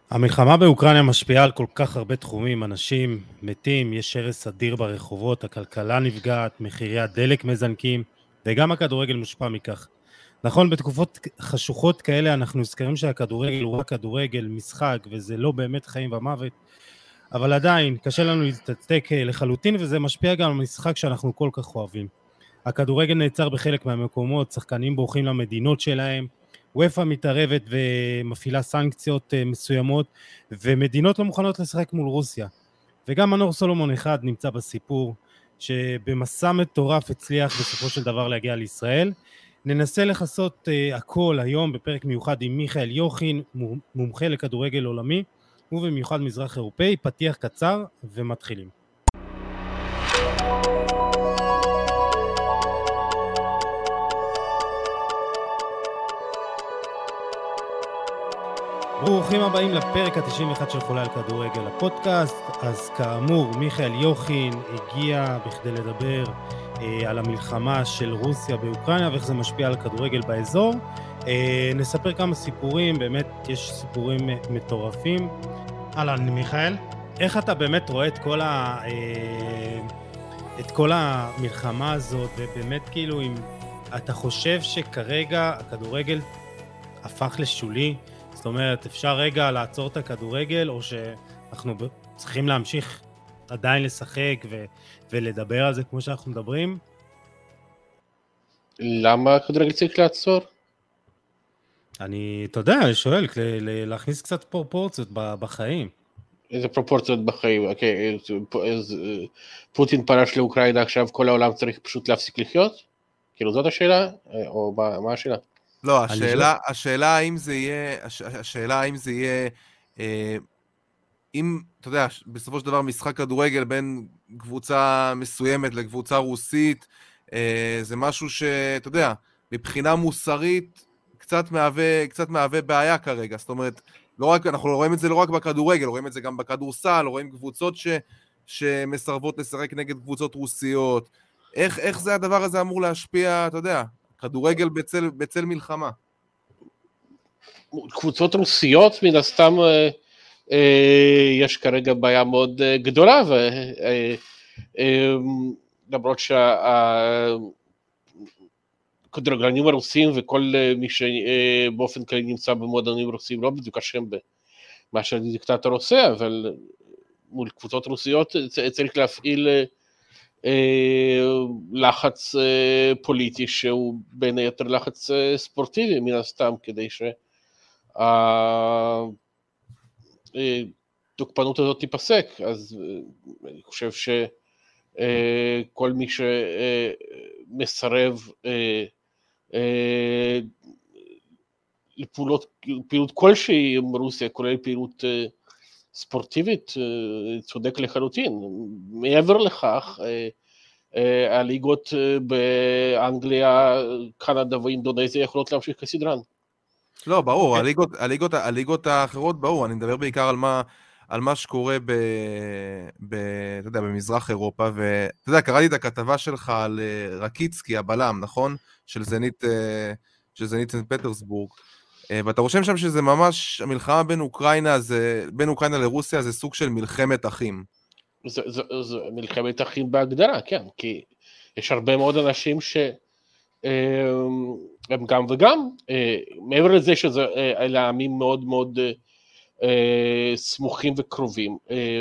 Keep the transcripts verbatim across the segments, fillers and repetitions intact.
המלחמה באוקראינה משפיעה על כל כך הרבה תחומים, אנשים מתים, יש הרס אדיר ברחובות, הכלכלה נפגעת, מחירי הדלק מזנקים, וגם הכדורגל מושפע מכך. נכון, בתקופות חשוכות כאלה אנחנו נזכרים שהכדורגל הוא רק כדורגל, משחק, וזה לא באמת חיים ומוות, אבל עדיין קשה לנו להתעתק לחלוטין, וזה משפיע גם על המשחק שאנחנו כל כך אוהבים. הכדורגל נעצר בחלק מהמקומות, שחקנים בורחים למדינות שלהם, וופא מתערבת ומפעילה סנקציות מסוימות, ומדינות לא מוכנות לשחק מול רוסיה. וגם מנור סולומון אחד נמצא בסיפור, שבמסע מטורף הצליח בסופו של דבר להגיע לישראל. ננסה לחסות uh, הכל היום בפרק מיוחד עם מיכאל יוכין, מומחה לכדורגל עולמי, ובמיוחד מזרח אירופאי, פתיח קצר ומתחילים. ברוכים הבאים לפרק ה-תשעים ואחת של חולה על כדורגל הפודקאסט. אז כאמור, מיכאל יוכין הגיע בכדי לדבר אה, על המלחמה של רוסיה באוקראינה ואיך זה משפיע על הכדורגל באזור. אה, נספר כמה סיפורים, באמת יש סיפורים מטורפים. אהלן מיכאל, איך אתה באמת רואה את כל, ה, אה, את כל המלחמה הזאת, ובאמת כאילו אם אתה חושב שכרגע הכדורגל הפך לשולי, זאת אומרת, אפשר רגע לעצור את הכדורגל, או שאנחנו צריכים להמשיך עדיין לשחק ו- ולדבר על זה כמו שאנחנו מדברים? למה הכדורגל צריך לעצור? אני, אתה יודע, אני שואל, להכניס קצת פרופורציות בחיים. איזה פרופורציות בחיים? אוקיי, אז פוטין פרש לאוקראינה, עכשיו כל העולם צריך פשוט להפסיק לחיות? כאילו זאת השאלה? או מה, מה השאלה? לא, השאלה, השאלה האם זה יהיה, השאלה האם זה יהיה, אה, אם, אתה יודע, בסופו של דבר משחק כדורגל בין קבוצה מסוימת לקבוצה רוסית, אה, זה משהו שאתה יודע, מבחינה מוסרית, קצת מהווה, קצת מהווה בעיה כרגע, זאת אומרת, לא רק, אנחנו רואים את זה לא רק בכדורגל, רואים את זה גם בכדורסל, רואים קבוצות ש, שמסרבות לשחק נגד קבוצות רוסיות, איך, איך זה הדבר הזה אמור להשפיע, אתה יודע, כדורגל בצל, בצל מלחמה. קבוצות רוסיות מן הסתם אה, אה, יש כרגע בעיה מאוד אה, גדולה, ולמרות שהכדורגלנים הרוסים וכל אה, מי שבאופן כללי נמצא במועדונים רוסים לא בדיוק אשם במה שהדיקטטור עושה, אבל מול קבוצות רוסיות צריך להפעיל לחץ פוליטי שהוא בין היתר לחץ ספורטיבי מן הסתם, כדי שהתוקפנות הזאת תיפסק. אז אני חושב שכל מי שמסרב לפעולות, פעילות כלשהי עם רוסיה, כולל פעילות ספורטיבית, צודק לחלוטין. מעבר לכך, הליגות באנגליה, קנדה ואינדונזיה יכולות להמשיך כסדרן. לא, ברור, הליגות, הליגות, הליגות האחרות, ברור, אני מדבר בעיקר על מה, על מה שקורה ב, ב, אתה יודע, במזרח אירופה, ואתה יודע, קראתי את הכתבה שלך על רקיצקי, הבלם, נכון? של זנית, של זנית סנט פטרסבורג. ואתה רושם שם שזה ממש, המלחמה בין אוקראינה, זה, בין אוקראינה לרוסיה, זה סוג של מלחמת אחים. זה, זה, זה מלחמת אחים בהגדרה, כן, כי יש הרבה מאוד אנשים שהם גם וגם, מעבר לזה שזה, אלה עמים מאוד מאוד סמוכים וקרובים,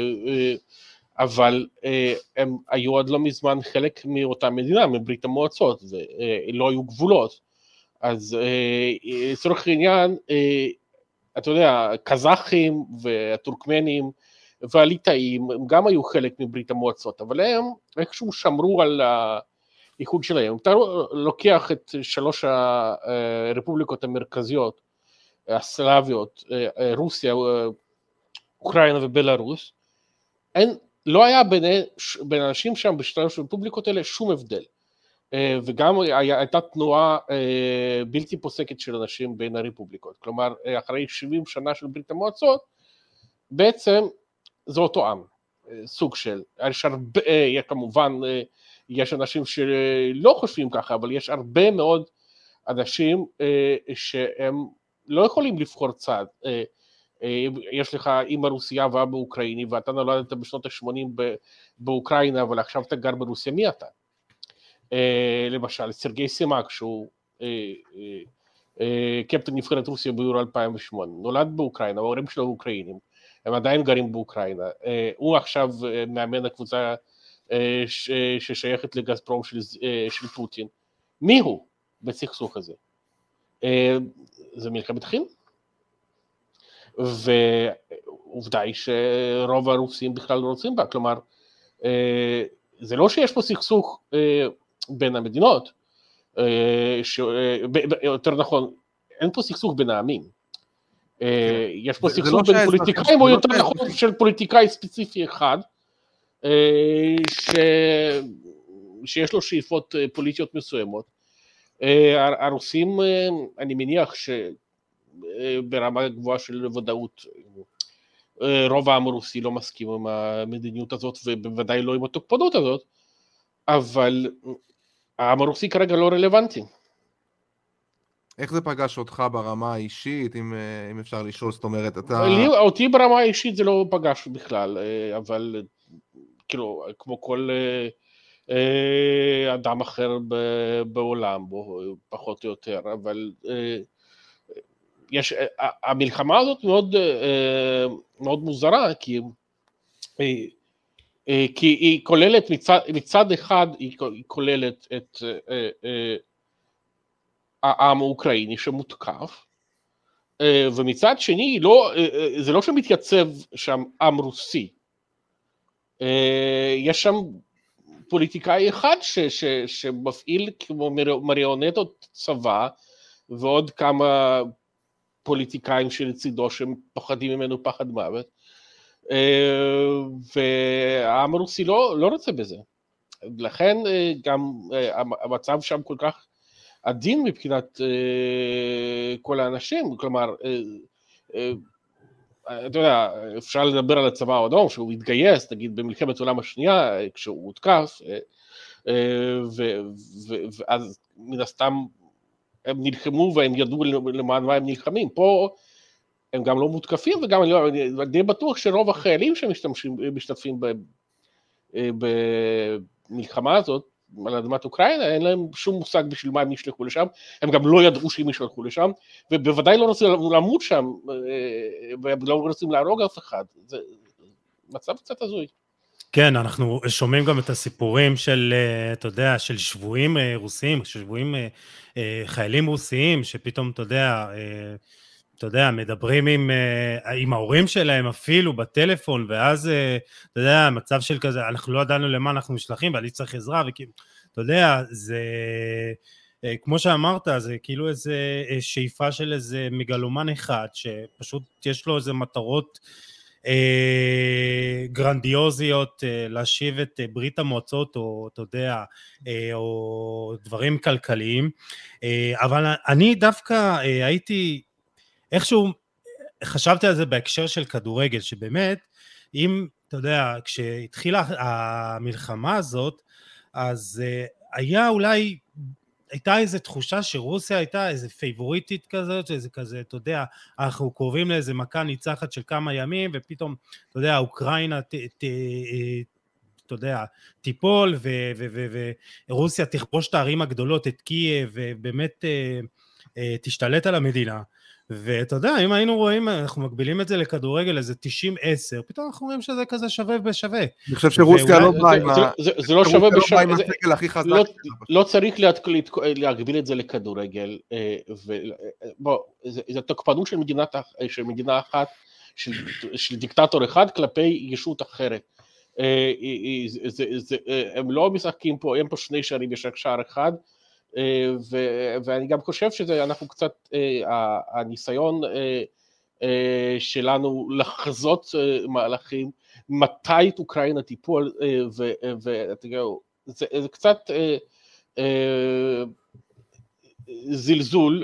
אבל הם היו עד לא מזמן חלק מאותה מדינה, מברית המועצות, ולא היו גבולות. אז לצורך העניין, אתה יודע, קזחים והטורקמנים והליטאים, הם גם היו חלק מברית המועצות, אבל הם איכשהו שמרו על האיחוד שלהם. אתה לוקח את שלוש הרפובליקות המרכזיות, הסלאביות, רוסיה, אוקראינה ובלרוס, אין, לא היה בין, בין אנשים שם בשלוש הרפובליקות האלה שום הבדל. וגם הייתה תנועה בלתי פוסקת של אנשים בין הרפובליקות. כלומר, אחרי שבעים שנה של ברית המועצות, בעצם זה אותו עם, סוג של, יש הרבה, כמובן, יש אנשים שלא חושבים ככה, אבל יש הרבה מאוד אנשים שהם לא יכולים לבחור צד. יש לך אמא רוסיה ואבא אוקראיני, ואתה נולדת בשנות ה-שמונים באוקראינה, אבל עכשיו אתה גר ברוסיה, מי אתה? למשל, סרגי סימק, שהוא קפטן נבחרת רוסיה ביורו אלפיים ושמונה, נולד באוקראינה, ההורים שלו אוקראינים, הם עדיין גרים באוקראינה, הוא עכשיו מאמן הקבוצה ששייכת לגזפרום של פוטין. מי הוא בסכסוך הזה? זה מלחמת אחים? ועובדה היא שרוב הרוסים בכלל לא רוצים בה, כלומר, זה לא שיש פה סכסוך בין המדינות, יותר נכון, אין פה סכסוך בין העמים, יש פה סכסוך בין פוליטיקאים, או יותר נכון של פוליטיקאי ספציפי אחד, שיש לו שאיפות פוליטיות מסוימות. הרוסים, אני מניח שברמה גבוהה של ודאות, רוב העם הרוסי לא מסכים עם המדיניות הזאת, ובוודאי לא עם התוקפנות הזאת, אבל העם הרוסי כרגע לא רלוונטי. איך זה פגש אותך ברמה האישית, אם, אם אפשר לשאול, זאת אומרת, אתה... אותי ברמה האישית זה לא פגש בכלל, אבל כאילו, כמו כל אדם אחר בעולם, פחות או יותר, אבל יש, המלחמה הזאת מאוד, מאוד מוזרה, כי, כי היא כוללת, מצד, מצד אחד היא כוללת את העם האוקראיני שמותקף, ומצד שני, לא, זה לא שמתייצב שם עם רוסי, יש שם פוליטיקאי אחד ש, ש, שמפעיל כמו מריונטות צבא, ועוד כמה פוליטיקאים שלצידו שהם פחדים ממנו פחד מוות, והעם הרוסי לא, לא רוצה בזה. לכן גם המצב שם כל כך עדין מבחינת כל האנשים, כלומר, אתה יודע, אפשר לדבר על הצבא האדום, שהוא התגייס, נגיד, במלחמת העולם השנייה, כשהוא הותקף, ואז מן הסתם הם נלחמו והם ידעו למען מה הם נלחמים. פה הם גם לא מותקפים, וגם אני די בטוח שרוב החיילים שמשתתפים במלחמה הזאת, על אדמת אוקראינה, אין להם שום מושג בשביל מה הם נשלחו לשם, הם גם לא ידעו שהם נשלחו לשם, ובוודאי לא רוצים למות שם, ולא רוצים להרוג אף אחד. זה מצב קצת הזוי. כן, אנחנו שומעים גם את הסיפורים של, אתה יודע, של שבויים רוסיים, של שבויים חיילים רוסיים, שפתאום, אתה יודע, אתה יודע, מדברים עם, עם ההורים שלהם אפילו בטלפון, ואז, אתה יודע, מצב של כזה, אנחנו לא ידענו למה אנחנו משלחים, ואני צריך עזרה, וכאילו, אתה יודע, זה, כמו שאמרת, זה כאילו איזה שאיפה של איזה מגלומן אחד, שפשוט יש לו איזה מטרות גרנדיוזיות, להשיב את ברית המועצות, או אתה יודע, או דברים כלכליים, אבל אני דווקא הייתי, איכשהו חשבתי על זה בהקשר של כדורגל, שבאמת, אם, אתה יודע, כשהתחילה המלחמה הזאת, אז היה אולי, הייתה איזו תחושה שרוסיה הייתה איזו פייבוריטית כזאת, איזה כזה, אתה יודע, אנחנו קרובים לאיזה מכה ניצחת של כמה ימים, ופתאום, אתה יודע, אוקראינה, ת, ת, אתה יודע, טיפול, ורוסיה תכבוש את הערים הגדולות, את קייב, ובאמת תשתלט על המדינה. ואתה יודע, אם היינו רואים, אנחנו מגבילים את זה לכדורגל, איזה תשעים עשר, פתאום אנחנו רואים שזה כזה שווה בשווה. אני חושב שרוסיה לא באה עם ה... זה לא שווה בשווה, לא צריך להגביל את זה לכדורגל, בוא, זה תוקפנות של מדינה אחת, של דיקטטור אחד, כלפי ישות אחרת. הם לא משחקים פה, הם פה שני שערים, יש רק שער אחד, ואני גם חושב שאנחנו קצת, הניסיון שלנו לחזות מהלכים, מתי את אוקראינה טיפול, וזה קצת זלזול,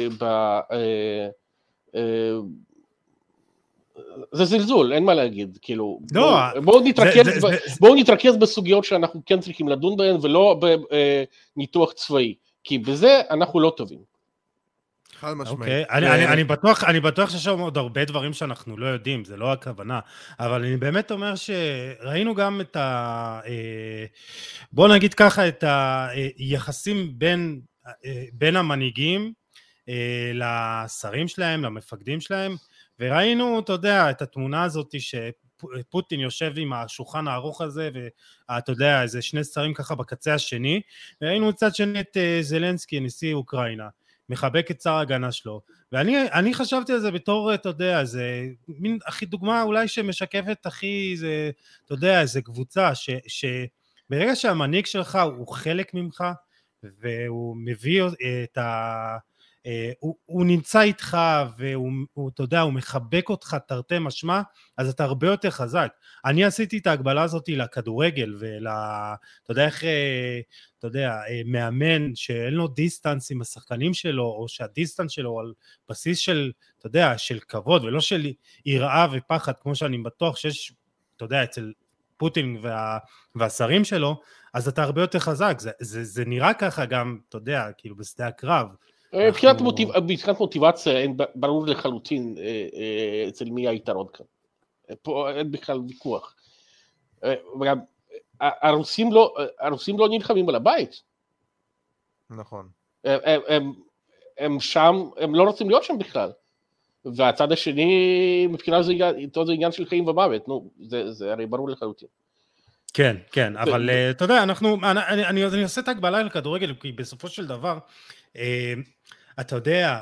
זה זלזול, אין מה להגיד, כאילו, בואו נתרכז בסוגיות שאנחנו כן צריכים לדון בהן, ולא בניתוח צבאי, כי בזה אנחנו לא טובים. חד משמעית. אוקיי, אני, אני, אני בטוח, אני בטוח שיש שם עוד הרבה דברים שאנחנו לא יודעים, זה לא הכוונה, אבל אני באמת אומר שראינו גם את ה... בוא נגיד ככה, את היחסים בין, בין המנהיגים לשרים שלהם, למפקדים שלהם, וראינו, אתה יודע, את התמונה הזאת שפוטין יושב עם השולחן הארוך הזה, ואתה יודע, איזה שני שרים ככה בקצה השני, וראינו מצד שני את זלנסקי, נשיא אוקראינה, מחבק את שר ההגנה שלו, ואני אני חשבתי על זה בתור, אתה יודע, זה מין הכי דוגמה אולי שמשקפת הכי, זה, אתה יודע, איזה קבוצה, ש, שברגע שהמנהיג שלך הוא חלק ממך, והוא מביא את ה... הוא, הוא נמצא איתך, והוא, הוא, אתה יודע, הוא מחבק אותך תרתי משמע, אז אתה הרבה יותר חזק. אני עשיתי את ההגבלה הזאת לכדורגל, ול... אתה יודע איך, אתה יודע, מאמן שאין לו דיסטנס עם השחקנים שלו, או שהדיסטנס שלו על בסיס של, אתה יודע, של כבוד, ולא של יראה ופחד, כמו שאני בטוח שיש, אתה יודע, אצל פוטין וה, והשרים שלו, אז אתה הרבה יותר חזק. זה, זה, זה נראה ככה גם, אתה יודע, כאילו בשדה הקרב, מבחינת מוטיבציה אין ברור לחלוטין אצל מי היתרון כאן, פה אין בכלל ויכוח, וגם הרוסים לא, הרוסים לא נלחמים על הבית, נכון, הם שם, הם לא רוצים להיות שם בכלל, והצד השני מבחינת זה עניין של חיים ומוות, נו, זה הרי ברור לחלוטין. כן, כן, אבל אתה יודע, אנחנו, אני עושה את ההגבלה לכדורגל, כי בסופו של דבר, אתה יודע,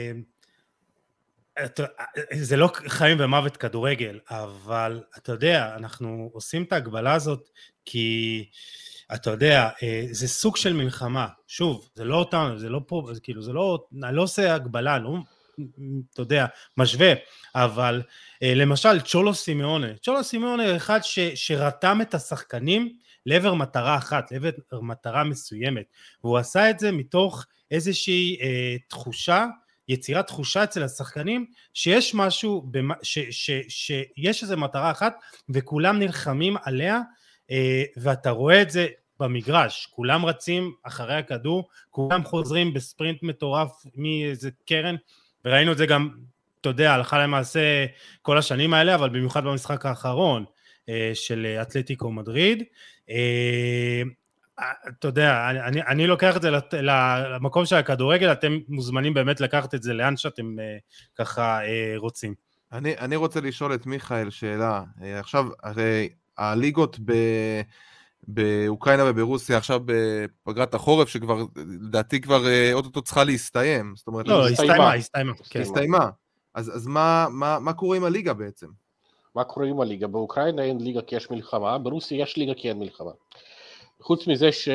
זה לא חיים ומוות כדורגל, אבל אתה יודע, אנחנו עושים את ההגבלה הזאת, כי אתה יודע, זה סוג של מלחמה, שוב, זה לא אותנו, זה לא פה, כאילו, זה לא, אני לא עושה הגבלה, לא, אתה יודע, משווה, אבל למשל, צ'ולו סימאונה, צ'ולו סימאונה אחד ש, שרתם את השחקנים לעבר מטרה אחת, לעבר מטרה מסוימת, והוא עשה את זה מתוך איזושהי אה, תחושה, יצירת תחושה אצל השחקנים, שיש משהו, במ, ש, ש, ש, שיש איזו מטרה אחת, וכולם נלחמים עליה, אה, ואתה רואה את זה במגרש, כולם רצים אחרי הכדור, כולם חוזרים בספרינט מטורף מאיזה קרן, וראינו את זה גם, אתה יודע, הלכה למעשה כל השנים האלה, אבל במיוחד במשחק האחרון אה, של אתלטיקו מדריד, אה, אתה יודע, אני, אני לוקח את זה למקום של הכדורגל, אתם מוזמנים באמת לקחת את זה לאן שאתם אה, ככה אה, רוצים. אני, אני רוצה לשאול את מיכאל שאלה, עכשיו, הרי הליגות ב... באוקראינה וברוסיה, עכשיו בפגרת החורף, שכבר, לדעתי כבר אוטוטו צריכה להסתיים. זאת אומרת, לא, הסתיימה, הסתיימה. הסתיימה. אז, אז מה, מה, מה קורה עם הליגה בעצם? מה קורה עם הליגה? באוקראינה אין ליגה כי יש מלחמה, ברוסיה יש ליגה כי אין מלחמה. חוץ מזה ש...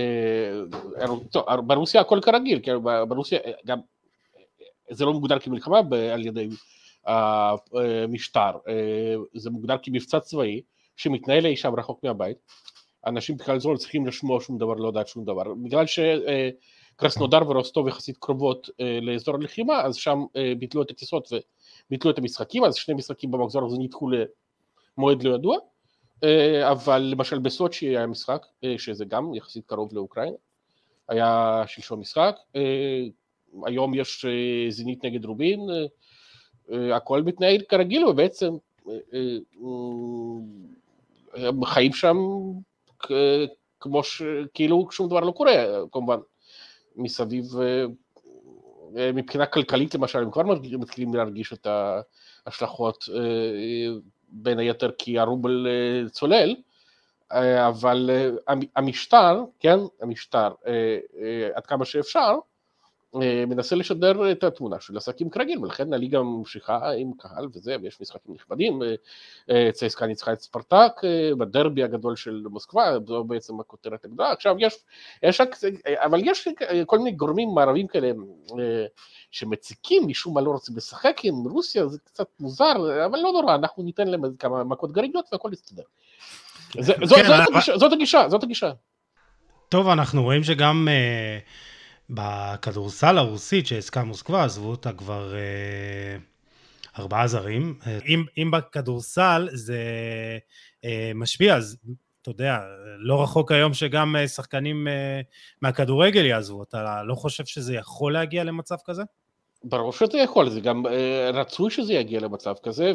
טוב, ברוסיה הכל כרגיל, כי ברוסיה גם, זה לא מוגדר כמלחמה על ידי המשטר, זה מוגדר כמבצע צבאי, שמתנהל אי שם רחוק מהבית, אנשים בכלל זו לא צריכים לשמוע שום דבר, לא יודעת שום דבר, בגלל שקרסנודר ורוסטוב יחסית קרובות לאזור הלחימה, אז שם ביטלו את הטיסות וביטלו את המשחקים, אז שני משחקים במחזור הזה נדחו למועד לא ידוע, אבל למשל בסוצ'י היה משחק, שזה גם יחסית קרוב לאוקראינה, היה שלשום משחק, היום יש זינית נגד רובין, הכל מתנהל כרגיל, ובעצם הם חיים שם כמו שכאילו שום דבר לא קורה, כמובן מסביב, מבחינה כלכלית למשל, הם כבר מתחילים להרגיש את ההשלכות, בין היתר כי הרובל צולל, אבל המשטר, כן, המשטר, עד כמה שאפשר, מנסה לשדר את התמונה של עסקים כרגיל, ולכן הליגה ממשיכה עם קהל וזה, ויש משחקים נכבדים, צסקה ניצחה את ספרטק, בדרבי הגדול של מוסקבה, זו בעצם הכותרת הגדולה, עכשיו יש, יש, אבל יש כל מיני גורמים מערבים כאלה, שמציקים, משום מה לא רוצים לשחק עם רוסיה, זה קצת מוזר, אבל לא נורא, אנחנו ניתן להם כמה מכות גרעיניות והכל יסתדר. זאת הגישה, זאת הגישה. טוב, אנחנו רואים שגם בכדורסל הרוסית שעסקה מוסקבה, עזבו אותה כבר אה, ארבעה זרים. אם, אם בכדורסל זה אה, משפיע, אז אתה יודע, לא רחוק היום שגם שחקנים אה, מהכדורגל יעזבו. אתה לא חושב שזה יכול להגיע למצב כזה? ברור שזה יכול, זה גם רצוי שזה יגיע למצב כזה,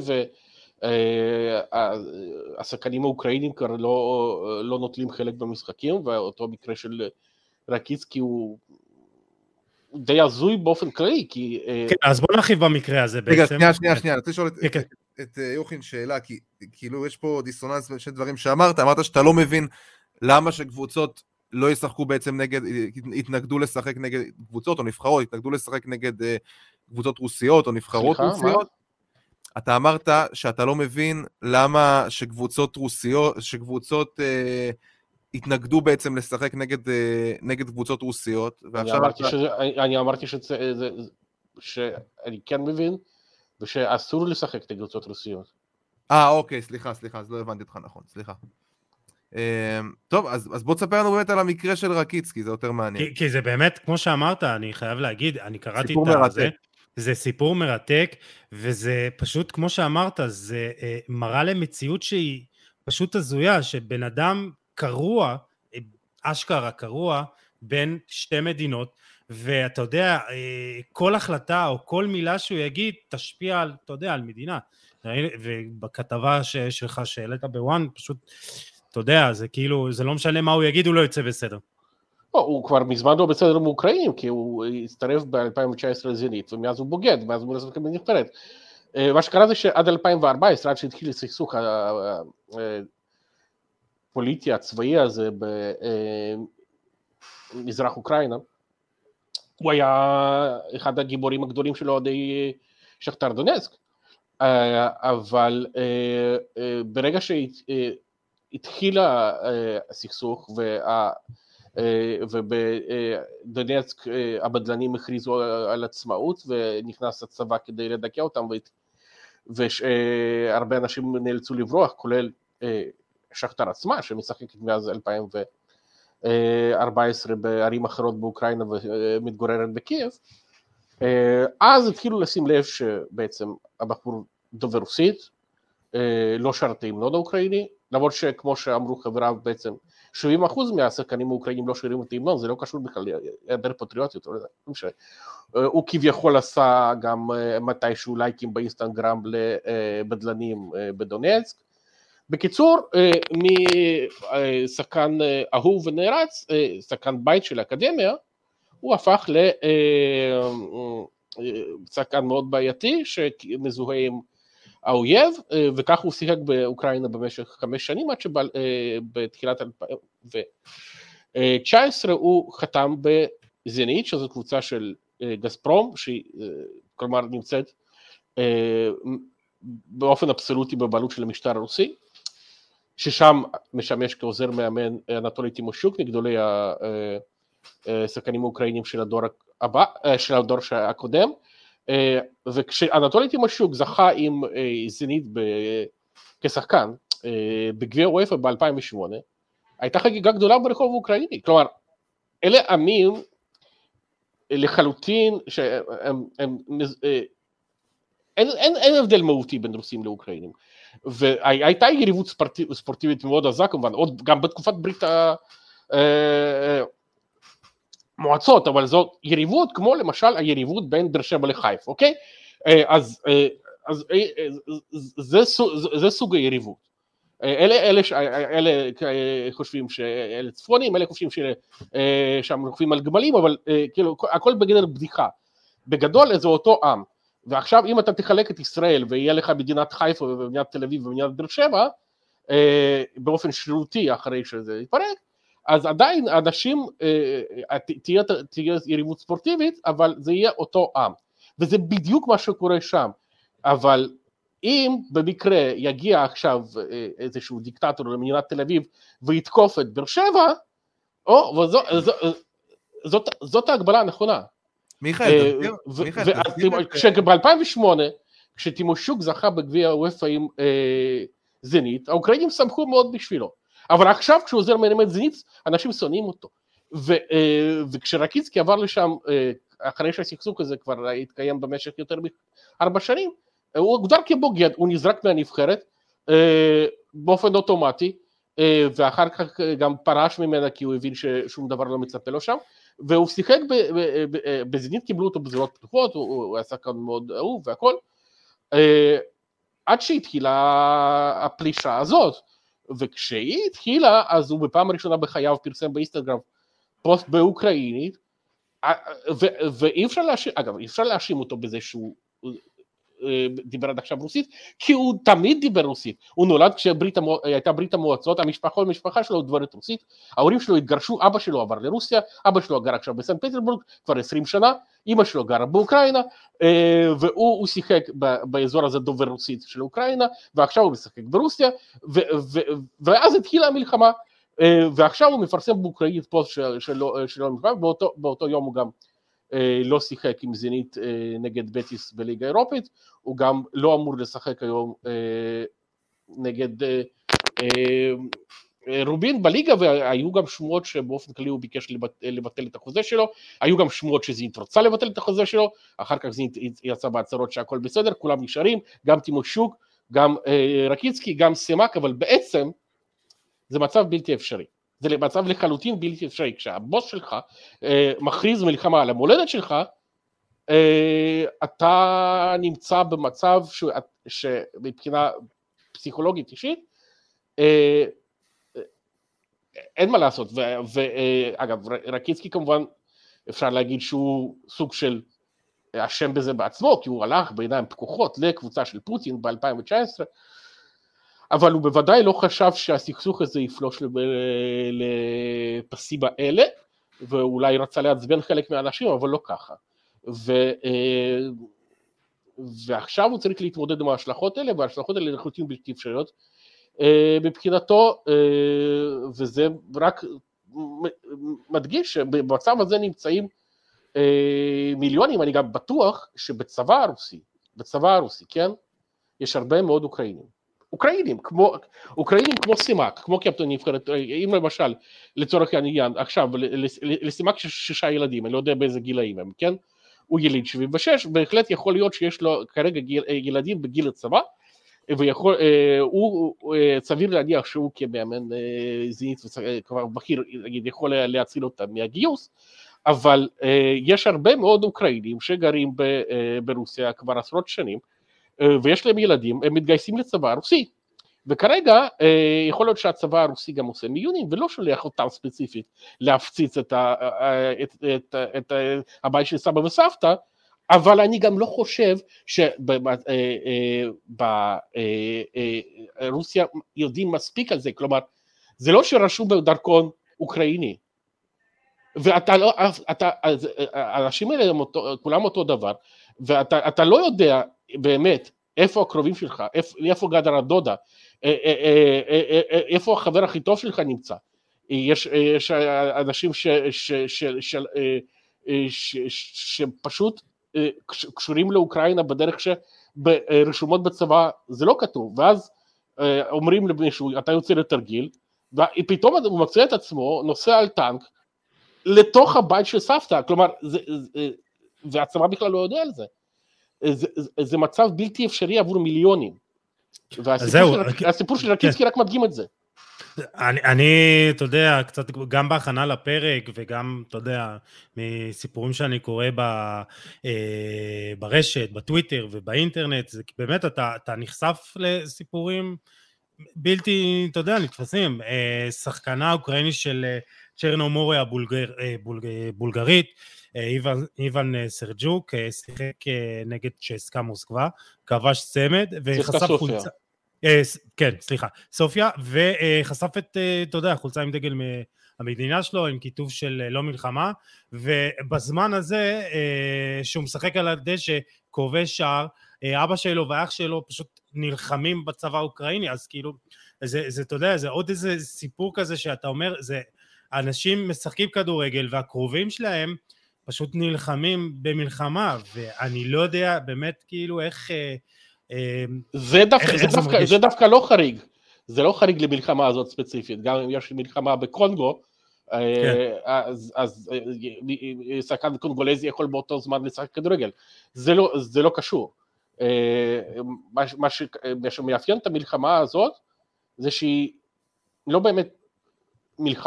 והשחקנים האוקראינים כבר לא, לא נוטלים חלק במשחקים, ואותו מקרה של רקיצקי הוא די הזוי באופן כללי, כי... כן, אז בוא נרחיב במקרה הזה בעצם. רגע, שנייה, שנייה, שנייה, אני רוצה לשאול את יוחין שאלה, כי כאילו יש פה דיסוננס בין שני דברים שאמרת, אמרת שאתה לא מבין למה שקבוצות לא ישחקו בעצם נגד, התנגדו לשחק נגד קבוצות או נבחרות, התנגדו לשחק נגד קבוצות רוסיות או נבחרות רוסיות. אתה אמרת שאתה לא מבין למה שקבוצות רוסיות, שקבוצות אה, התנגדו בעצם לשחק נגד, אה, נגד קבוצות רוסיות. אני אמרתי, אתה... שזה, אני אמרתי שזה, זה, שאני כן מבין, ושאסור לשחק נגד קבוצות רוסיות. אה, אוקיי, סליחה, סליחה, אז לא הבנתי אותך נכון, סליחה. טוב, אז, אז בוא תספר לנו באמת על המקרה של רקיצקי, זה יותר מעניין. כי, כי זה באמת, כמו שאמרת, אני חייב להגיד, אני קראתי את זה, זה סיפור מרתק, וזה פשוט, כמו שאמרת, זה אה, מראה למציאות שהיא פשוט הזויה, שבן אדם קרוע, אשכרה קרוע, בין שתי מדינות, ואתה יודע, אה, כל החלטה או כל מילה שהוא יגיד, תשפיע על, אתה יודע, על מדינה. ובכתבה ש, שלך שהעלית בוואן, פשוט... אתה יודע, זה כאילו, זה לא משנה מה הוא יגיד, הוא לא יוצא בסדר. לא, הוא כבר מזמן לא בסדר עם אוקראינים, כי הוא הצטרף ב-אלפיים תשע עשרה לזינית, ומאז הוא בוגד, מאז הוא מנסה לקבל נבחרת. מה שקרה זה שעד אלפיים וארבע עשרה, עד שהתחיל לסכסוך הפוליטי הצבאי הזה במזרח אוקראינה, הוא היה אחד הגיבורים הגדולים שלו עדי שכתר דונסק, אבל ברגע ש... התחיל הסכסוך, ובדונייצק הבדלנים הכריזו על עצמאות, ונכנס הצבא כדי לדכא אותם, והרבה אנשים נאלצו לברוח, כולל שכתר עצמה, שמשחקת מאז אלפיים וארבע עשרה בערים אחרות באוקראינה, ומתגוררת בקייב. אז התחילו לשים לב שבעצם הבחור דובר רוסית, לא שר את ההמנון האוקראיני, למרות שכמו שאמרו חבריו בעצם, שבעים אחוז מהשחקנים האוקראינים לא שרים את ההמנון, זה לא קשור בכלל להיעדר פטריוטיות, הוא כביכול עשה גם מתישהו לייקים באינסטגרם לבדלנים בדונייצק. בקיצור, משחקן אהוב ונערץ, שחקן בית של האקדמיה, הוא הפך לשחקן מאוד בעייתי, שמזוהה עם האויב, וכך הוא שיחק באוקראינה במשך חמש שנים, עד שבתחילת אלפיים תשע עשרה הוא חתם בזינית, שזו קבוצה של גזפרום, שהיא כלומר נמצאת באופן אבסולוטי בבעלות של המשטר הרוסי, ששם משמש כעוזר מאמן אנטולי טימושוק, מגדולי השחקנים האוקראינים של הדור הבא, של הדור הקודם, וכשאנטולי טימושוק זכה עם זינית כשחקן בגביע אוופא ב-אלפיים ושמונה, הייתה חגיגה גדולה ברחוב האוקראיני. כלומר, אלה עמים לחלוטין שהם, הם, אין, אין, אין הבדל מהותי בין רוסים לאוקראינים, והייתה יריבות ספורטיבית, ספורטיבית מאוד עזה כמובן, עוד גם בתקופת ברית המועצות, אבל זו יריבות כמו למשל היריבות בין באר שבע לחיפה, אוקיי? אז, אז זה, זה סוג היריבות. אלה, אלה, אלה חושבים שאלה צפונים, אלה חושבים שהם רוכבים על גמלים, אבל כאילו, הכל בגדר בדיחה. בגדול זה אותו עם. ועכשיו אם אתה תחלק את ישראל ויהיה לך מדינת חיפה ומדינת תל אביב ומדינת באר שבע, באופן שרירותי אחרי שזה יתפרק, אז עדיין אנשים, תהיה, תהיה יריבות ספורטיבית, אבל זה יהיה אותו עם. וזה בדיוק מה שקורה שם. אבל אם במקרה יגיע עכשיו איזשהו דיקטטור למדינת תל אביב ויתקוף את באר שבע, או, וזאת, זאת, זאת ההגבלה הנכונה. מיכאל, ב-אלפיים ושמונה, כשטימושוק זכה בגביע אוופא עם זינית, האוקראינים שמחו מאוד בשבילו. אבל עכשיו כשהוא עוזר מאמן זינית, אנשים שונאים אותו. וכשרקיצקי עבר לשם, אחרי שהסכסוך הזה כבר התקיים במשך יותר מארבע שנים, הוא הוגדר כבוגד, הוא נזרק מהנבחרת באופן אוטומטי, ואחר כך גם פרש ממנה כי הוא הבין ששום דבר לא מצפה לו שם, והוא שיחק, בזנית קיבלו אותו בזירות פתוחות, הוא היה שחקן מאוד אהוב והכל, עד שהתחילה הפלישה הזאת, וכשהיא התחילה, אז הוא בפעם הראשונה בחייו פרסם באינסטגרם פוסט באוקראינית, ואי אפשר להאשים, אגב, אי אפשר להאשים אותו בזה שהוא דיבר עד עכשיו רוסית, כי הוא תמיד דיבר רוסית, הוא נולד כשהייתה ברית המועצות, המשפחה, המשפחה שלו דוברת רוסית, ההורים שלו התגרשו, אבא שלו עבר לרוסיה, אבא שלו גר עכשיו בסנט פטרבורג, כבר עשרים שנה, אמא שלו גרה באוקראינה, והוא שיחק באזור הזה דובר רוסית של אוקראינה, ועכשיו הוא משחק ברוסיה, ואז התחילה המלחמה, ועכשיו הוא מפרסם באוקראינית פוסט שלו, באותו יום הוא גם לא שיחק עם זנית נגד בטיס בליגה האירופית, הוא גם לא אמור לשחק היום נגד רובין בליגה, והיו גם שמועות שבאופן כללי הוא ביקש לבטל את החוזה שלו, היו גם שמועות שזנית רוצה לבטל את החוזה שלו, אחר כך זנית יצא בהצהרות שהכל בסדר, כולם נשארים, גם טימושוק, גם רקיצקי, גם סמק, אבל בעצם זה מצב בלתי אפשרי. זה מצב לחלוטין בלתי אפשרי, כשהבוס שלך אה, מכריז מלחמה על המולדת שלך, אה, אתה נמצא במצב ש, שמבחינה פסיכולוגית אישית, אה, אין מה לעשות, ואגב, רקיצקי כמובן אפשר להגיד שהוא סוג של אשם בזה בעצמו, כי הוא הלך בעיניים פקוחות לקבוצה של פוטין ב-אלפיים תשע עשרה, אבל הוא בוודאי לא חשב שהסכסוך הזה יפלוש לפסים האלה, ואולי רצה לעצבן חלק מהאנשים, אבל לא ככה. ו... ועכשיו הוא צריך להתמודד עם ההשלכות האלה, וההשלכות האלה לחלוטין בלתי אפשריות, מבחינתו, וזה רק מדגיש שבמצב הזה נמצאים מיליונים, אני גם בטוח שבצבא הרוסי, בצבא הרוסי, כן? יש הרבה מאוד אוקראינים. אוקראינים, כמו, אוקראינים כמו סימק, כמו קפטן נבחרת, אם למשל, לצורך העניין, עכשיו, לסימק שישה ילדים, אני לא יודע באיזה גילאים הם, כן? הוא יליד שבעים ושש, בהחלט יכול להיות שיש לו כרגע גיל, ילדים בגיל הצבא, ויכול, הוא, הוא סביר להניח שהוא כמאמן זינית, כבר בכיר, נגיד, יכול להציל אותם מהגיוס, אבל יש הרבה מאוד אוקראינים שגרים ברוסיה כבר עשרות שנים, ויש להם ילדים, הם מתגייסים לצבא הרוסי, וכרגע יכול להיות שהצבא הרוסי גם עושה מיונים, ולא שולח אותם ספציפית להפציץ את, ה, את, את, את הבית של סבא וסבתא, אבל אני גם לא חושב שברוסיה יודעים מספיק על זה, כלומר, זה לא שרשום בדרכון אוקראיני, ואתה לא, אתה, האנשים האלה כולם אותו דבר, ואתה אתה לא יודע באמת איפה הקרובים שלך, איפה, איפה גדר הדודה, איפה החבר הכי טוב שלך נמצא. יש, יש אנשים ש, ש, ש, ש, ש, ש, שפשוט קשורים לאוקראינה בדרך שרשומות בצבא זה לא כתוב, ואז אומרים למישהו, אתה יוצא לתרגיל, ופתאום הוא מצא את עצמו, נוסע על טנק, לתוך הבית של סבתא, כלומר, זה, זה, והצבא בכלל לא יודע על זה. זה, זה מצב בלתי אפשרי עבור מיליונים. והסיפור של רקיצקי רק מדגים את זה. אני, אני, אתה יודע, קצת גם בהכנה לפרק, וגם, אתה יודע, מסיפורים שאני קורא ב, אה, ברשת, בטוויטר ובאינטרנט, זה באמת, אתה, אתה נחשף לסיפורים בלתי, אתה יודע, נתפסים. אה, שחקנה אוקראיני של צ'רנומוריה הבולגר, אה, בולג, בולגרית, איוון, איוון סרג'וק, שיחק נגד צ'סקה מוסקבה, כבש צמד, וחשף חולצה, כן, סליחה, סופיה, וחשף את, אתה יודע, חולצה עם דגל המדינה שלו, עם כיתוב של לא מלחמה, ובזמן הזה, שהוא משחק על הדשא, כובש שער, אבא שלו ואח שלו פשוט נלחמים בצבא האוקראיני, אז כאילו, זה, זה, אתה יודע, זה עוד איזה סיפור כזה שאתה אומר, זה, אנשים משחקים כדורגל, והקרובים שלהם, פשוט נלחמים במלחמה, ואני לא יודע באמת כאילו איך... זה דווקא, זה דווקא, זה דווקא לא חריג, זה לא חריג למלחמה הזאת ספציפית, גם אם יש מלחמה בקונגו, אז, אז שחקן קונגולזי יכול באותו זמן לשחק כדורגל, זה לא, זה לא קשור. מה שמאפיין את המלחמה הזאת, זה שהיא לא באמת מלחמה,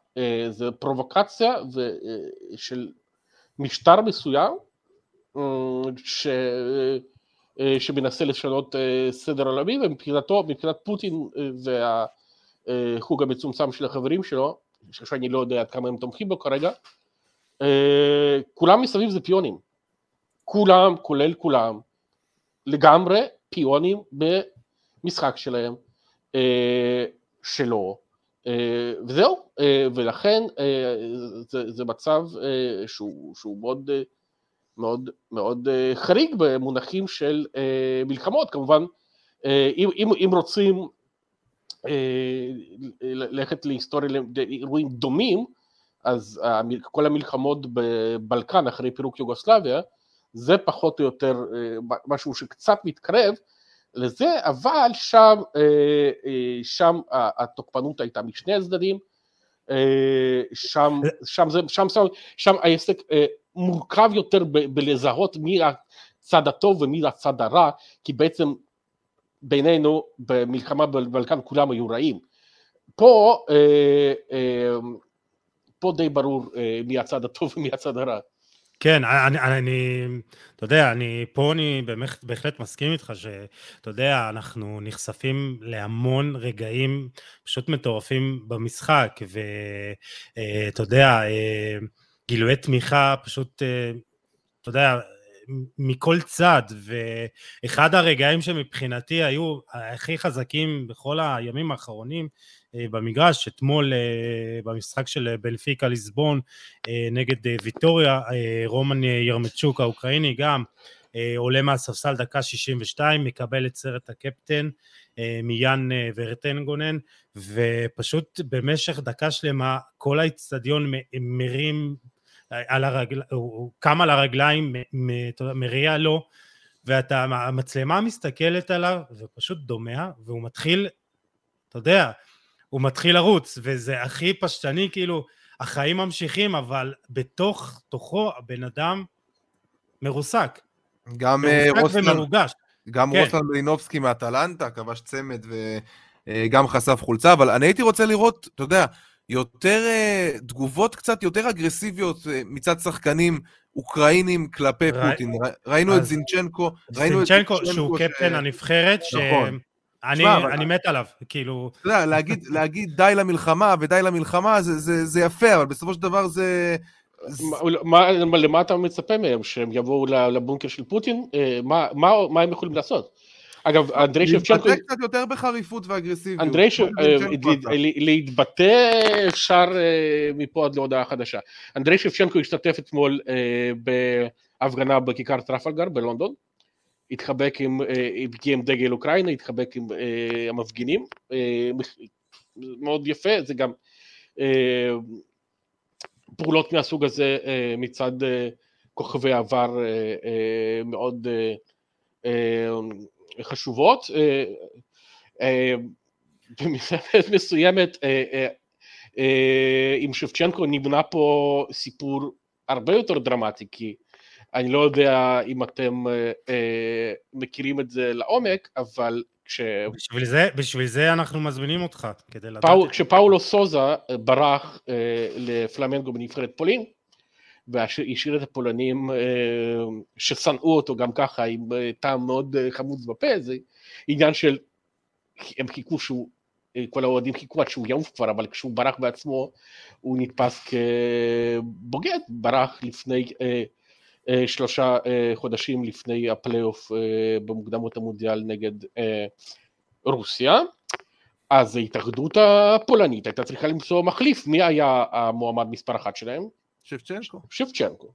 זה פרובוקציה של משטר מסוים, ש... שמנסה לשנות סדר עולמי, ומבחינתו, מבחינת פוטין והחוג המצומצם של החברים שלו, שאני לא יודע עד כמה הם תומכים בו כרגע, כולם מסביב זה פיונים. כולם, כולל כולם, לגמרי פיונים במשחק שלהם, שלו, וזהו, ולכן זה, זה מצב שהוא, שהוא מאוד, מאוד, מאוד חריג במונחים של מלחמות. כמובן, אם, אם, אם רוצים ללכת להיסטוריה, לאירועים דומים, אז כל המלחמות בבלקן אחרי פירוק יוגוסלביה, זה פחות או יותר משהו שקצת מתקרב לזה, אבל שם, שם התוקפנות הייתה משני הצדדים, שם, שם, זה, שם, שם, שם העסק מורכב יותר בלזהות מי הצד הטוב ומי הצד הרע, כי בעצם בינינו במלחמה בבלקן כולם היו רעים. פה, פה די ברור מי הצד הטוב ומי הצד הרע. כן, אני, אני, אתה יודע, אני, פה אני באמת, בהחלט מסכים איתך שאתה יודע, אנחנו נחשפים להמון רגעים פשוט מטורפים במשחק, ואתה יודע, גילויי תמיכה פשוט, אתה יודע, מכל צד, ואחד הרגעים שמבחינתי היו הכי חזקים בכל הימים האחרונים במגרש, אתמול במשחק של בנפיקה ליסבון נגד ויטוריה, רומן ירמצ'וק האוקראיני גם עולה מהספסל דקה שישים ושתיים, מקבל את סרט הקפטן מיאן ורטנגונן, ופשוט במשך דקה שלמה כל האצטדיון מרים על הרגל, הוא קם על הרגליים, מריע לו, ואתה, המצלמה מסתכלת עליו, ופשוט דומע, והוא מתחיל, אתה יודע, הוא מתחיל לרוץ, וזה הכי פשטני, כאילו, החיים ממשיכים, אבל בתוך, תוכו, הבן אדם מרוסק. גם מרוסק רוסלן, ומרוגש. גם כן. רוסלן מלינובסקי מהטלנטה, כבש צמד, וגם חשף חולצה, אבל אני הייתי רוצה לראות, אתה יודע, יותר תגובות קצת יותר אגרסיביות מצד שחקנים אוקראינים כלפי ראי... פוטין. ראינו את זינצ'נקו, ראינו זינצ'נקו, את שהוא ש... קפטן הנבחרת, נכון. שאני שמה, אבל... אני מת עליו, כאילו... אתה יודע, להגיד, להגיד די למלחמה ודי למלחמה, זה, זה, זה יפה, אבל בסופו של דבר זה... מה, מה, למה אתה מצפה מהם? שהם יבואו לבונקר של פוטין? מה, מה, מה הם יכולים לעשות? אגב, אנדרי שבצ'נקו... להתבטא קצת יותר בחריפות ואגרסיביות. אנדרי שבצ'נקו... להתבטא אפשר מפה עד להודעה חדשה. אנדרי שבצ'נקו השתתף אתמול בהפגנה בכיכר טרפלגר בלונדון, התחבק עם, עם דגל אוקראינה, התחבק עם המפגינים, מאוד יפה, זה גם פעולות מהסוג הזה מצד כוכבי העבר מאוד חשובות. במסגרת מסוימת עם שבצ'נקו נבנה פה סיפור הרבה יותר דרמטי, כי אני לא יודע אם אתם מכירים את זה לעומק, אבל כש... בשביל זה, בשביל זה אנחנו מזמינים אותך, כדי לדעת... פאו, כשפאולו סוזה ברח לפלמנגו בנבחרת פולין, והשאיר את הפולנים ששנאו אותו גם ככה עם טעם מאוד חמוץ בפה, זה עניין של, הם חיכו שהוא, כל האוהדים חיכו עד שהוא יעוף כבר, אבל כשהוא ברח בעצמו, הוא נתפס כבוגד, ברח לפני שלושה חודשים לפני הפלייאוף במוקדמות המונדיאל נגד רוסיה. אז ההתאחדות הפולנית הייתה צריכה למצוא מחליף. מי היה המועמד מספר אחת שלהם? שבצ'נקו. שבצ'נקו.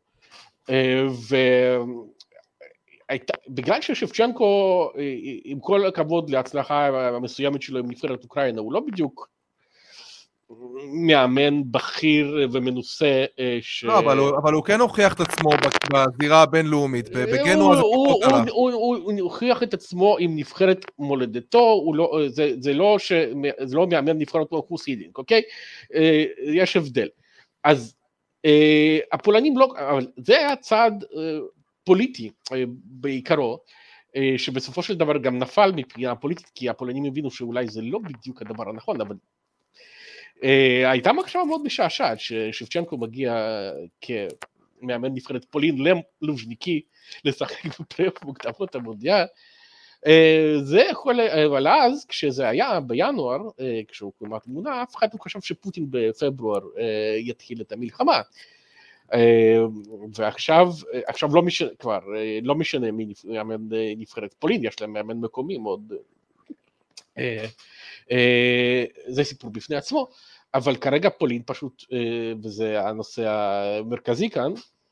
ובגלל ששבצ'נקו, עם כל הכבוד להצלחה המסוימת שלו עם נבחרת אוקראינה, הוא לא בדיוק מאמן בכיר ומנוסה ש... לא, אבל הוא, אבל הוא כן הוכיח את עצמו בזירה הבינלאומית, בגנו אז הוא, הוא, הוא, הוא, הוא הוכיח את עצמו עם נבחרת מולדתו, הוא לא, זה, זה לא ש... זה לא מאמן נבחרת כמו חוסידינק, אוקיי? יש הבדל. אז הפולנים לא... אבל זה היה צעד פוליטי בעיקרו, שבסופו של דבר גם נפל מבחינה פוליטית, כי הפולנים הבינו שאולי זה לא בדיוק הדבר הנכון, אבל הייתה מחשבה מאוד משעשעת, ששבצ'נקו מגיע כמאמן נבחרת פולין ללוז'ניקי, לשחק בפלייאוף מוקדמות המונדיאל, זה יכול, אבל אז, כשזה היה בינואר, כשהוא כמעט מונה, אף אחד לא חשב שפוטין בפברואר יתחיל את המלחמה. ועכשיו, עכשיו לא משנה, כבר, לא משנה מי מאמן נבחרת פולין, יש להם מאמן מקומי מאוד, זה סיפור בפני עצמו, אבל כרגע פולין פשוט, וזה הנושא המרכזי כאן,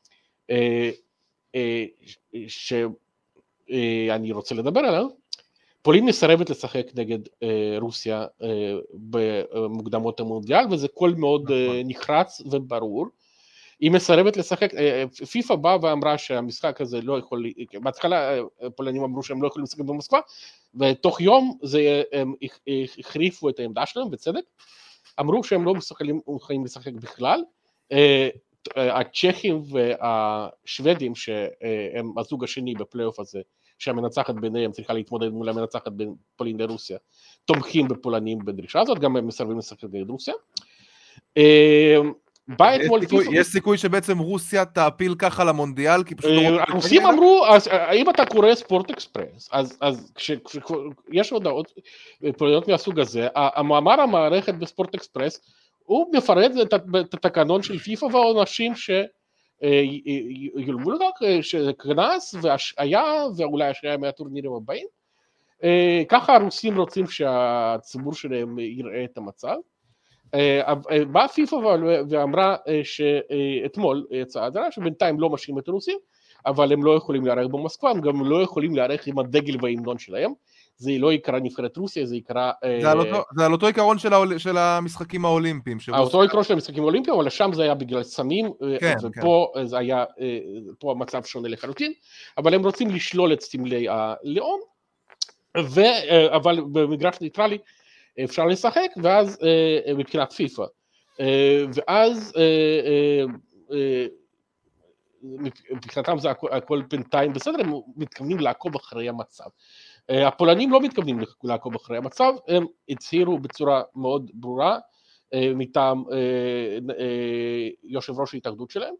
שאני רוצה לדבר עליו, פולין מסרבת לשחק נגד רוסיה במוקדמות המונדיאל, וזה קול מאוד נחרץ וברור. היא מסרבת לשחק, פיפה באה ואמרה שהמשחק הזה לא יכול, בהתחלה פולנים אמרו שהם לא יכולים לשחק במוסקבה, ותוך יום זה, הם החריפו את העמדה שלהם, בצדק, אמרו שהם לא יכולים לשחק בכלל, הצ'כים והשוודים שהם הזוג השני בפלייאוף הזה, שהמנצחת ביניהם צריכה להתמודד מול המנצחת בין פולין לרוסיה, תומכים בפולנים בדרישה הזאת, גם הם מסרבים לשחק נגד רוסיה. יש סיכוי שבעצם רוסיה תעפיל ככה למונדיאל, כי פשוט... הרוסים אמרו, האם אתה קורא ספורט אקספרס, אז כשיש הודעות פולניות מהסוג הזה, המאמר המערכת בספורט אקספרס, הוא מפרט את התקנון של פיפה והעונשים שיולמו לכך, שקנס והשעיה, ואולי השעיה מהטורנירים הבאים. ככה הרוסים רוצים שהציבור שלהם יראה את המצב. באה פיפה ואמרה שאתמול יצאה הדרה שבינתיים לא משאים את הרוסים, אבל הם לא יכולים להיערך במוסקבה, הם גם לא יכולים להיערך עם הדגל וההמנון שלהם, זה לא יקרה נבחרת רוסיה, זה יקרה... זה על אותו עיקרון של המשחקים האולימפיים. על אותו עיקרון של המשחקים האולימפיים, אבל שם זה היה בגלל סמים, ופה זה היה, פה המצב שונה לחלוטין, אבל הם רוצים לשלול את סמלי הלאום, אבל במגרש ניטרלי, אפשר לשחק, ואז מבחינת פיפה, ואז מבחינתם זה הכל בינתיים בסדר, הם מתכוונים לעקוב אחרי המצב. הפולנים לא מתכוונים לעקוב אחרי המצב, הם הצהירו בצורה מאוד ברורה, מטעם יושב ראש ההתאחדות שלהם,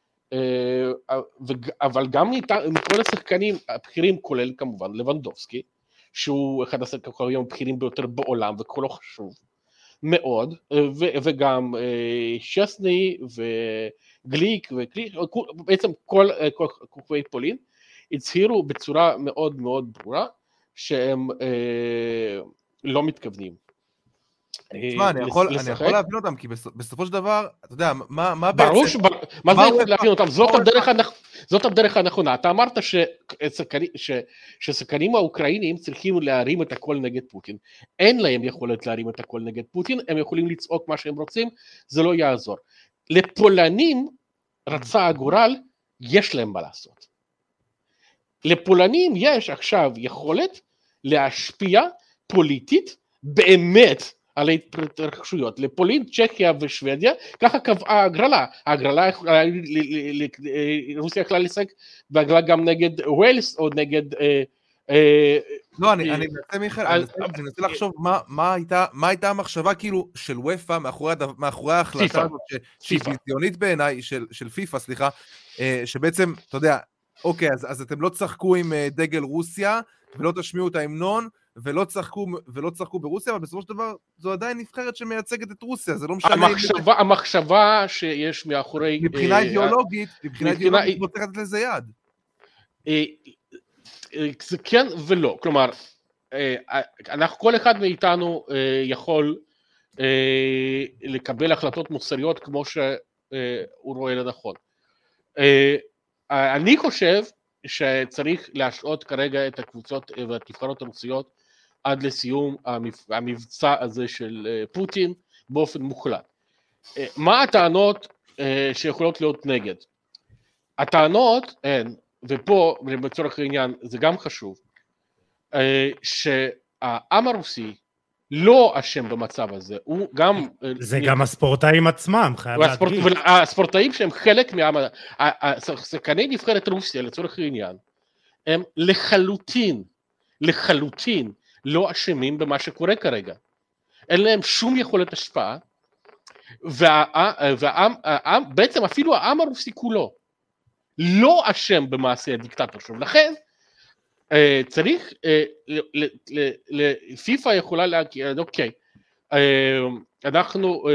אבל גם מכל השחקנים הבכירים, כולל כמובן לבנדובסקי, שהוא אחד השחקנים הבכירים ביותר בעולם, וכולו חשוב מאוד, וגם שסני וגליק, בעצם כל כוכבי פולין, הצהירו בצורה מאוד מאוד ברורה, שהם לא מתכוונים. תשמע, אני יכול להבין אותם, כי בסופו של דבר, אתה יודע, מה בעצם... ברור, מה זה יכול להבין אותם? זאת הדרך הנכונה. אתה אמרת ששחקנים האוקראינים צריכים להרים את הכל נגד פוטין. אין להם יכולת להרים את הכל נגד פוטין, הם יכולים לצעוק מה שהם רוצים, זה לא יעזור. לפולנים, רצה הגורל, יש להם מה לעשות. לפולנים יש עכשיו יכולת להשפיע פוליטית באמת על ההתרחשויות. לפולין, צ'כיה ושוודיה, ככה קבעה הגרלה. הגרלה, רוסיה יכלה לשחק בהגרלה גם נגד ווילס או נגד... לא, אני מנסה מיכאל, אני מנסה לחשוב מה הייתה המחשבה כאילו של וויפה מאחורי ההחלטה הזאת, שהיא ויזיונית בעיניי, של פיפה, סליחה, שבעצם, אתה יודע, אוקיי, אז אתם לא צחקו עם דגל רוסיה, ולא תשמיעו את ההמנון, ולא צחקו, ולא צחקו ברוסיה, אבל בסופו של דבר, זו עדיין נבחרת שמייצגת את רוסיה, זה לא משנה... המחשבה, המחשבה שיש מאחורי... מבחינה אידיאולוגית, מבחינה אידיאולוגית, לא צריך לתת לזה יד. זה כן ולא, כלומר, אנחנו, כל אחד מאיתנו יכול לקבל החלטות מוסריות כמו שהוא רואה לנכון. אני חושב שצריך להשעות כרגע את הקבוצות והתבחרות הרוסיות עד לסיום המבצע הזה של פוטין באופן מוחלט. מה הטענות שיכולות להיות נגד? הטענות הן, ופה בצורך העניין זה גם חשוב, שהעם הרוסי לא אשם במצב הזה, הוא גם... זה גם הספורטאים עצמם, חייב להדגיש. הספורטאים שהם חלק מהעם, השחקני נבחרת רוסיה לצורך העניין, הם לחלוטין, לחלוטין לא אשמים במה שקורה כרגע. אין להם שום יכולת השפעה, והעם, בעצם אפילו העם הרוסי כולו, לא אשם במעשה הדיקטטור שלו, לכן צריך, פיפ"א יכולה להגיד, אוקיי, אנחנו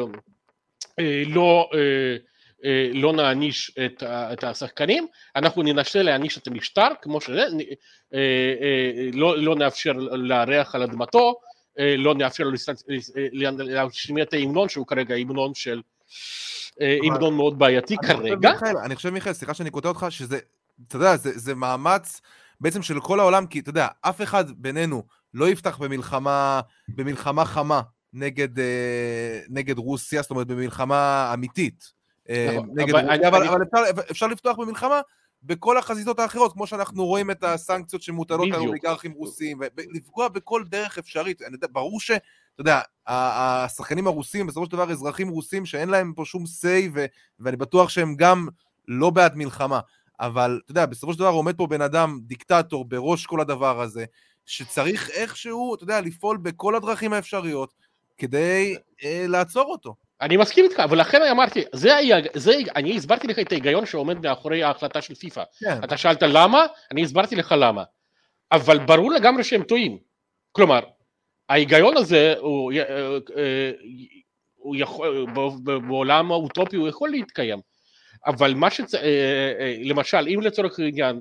לא, לא נעניש את, את השחקנים, אנחנו ננסה להעניש את המשטר, כמו שזה, לא, לא נאפשר לארח על אדמתו, לא נאפשר להשמיע את ההמנון, שהוא כרגע המנון של, המנון מאוד בעייתי כרגע. אני חושב, מיכאל, סליחה שאני קוטע אותך, שזה, אתה יודע, זה, זה מאמץ בעצם של כל העולם, כי אתה יודע, אף אחד בינינו לא יפתח במלחמה, במלחמה חמה נגד, נגד רוסיה, זאת אומרת, במלחמה אמיתית. נגד רוסיה, אבל, אבל אפשר, אפשר לפתוח במלחמה בכל החזיתות האחרות, כמו שאנחנו רואים את הסנקציות שמוטלות על אוליגרכים רוסיים, ולפגוע בכל דרך אפשרית. ברור ש, אתה יודע, השחקנים הרוסים, בסופו של דבר אזרחים רוסים שאין להם פה שום סי, ואני בטוח שהם גם לא בעד מלחמה. אבל, אתה יודע, בסופו של דבר עומד פה בן אדם, דיקטטור, בראש כל הדבר הזה, שצריך איכשהו, אתה יודע, לפעול בכל הדרכים האפשריות, כדי אה, לעצור אותו. אני מסכים איתך, אבל לכן אמרתי, זה היה, זה, אני הסברתי לך את ההיגיון שעומד מאחורי ההחלטה של פיפ"א. כן. אתה שאלת למה, אני הסברתי לך למה. אבל ברור לגמרי שהם טועים. כלומר, ההיגיון הזה, הוא, הוא יכול, בעולם האוטופי הוא יכול להתקיים. אבל מה שצ... למשל, אם לצורך העניין,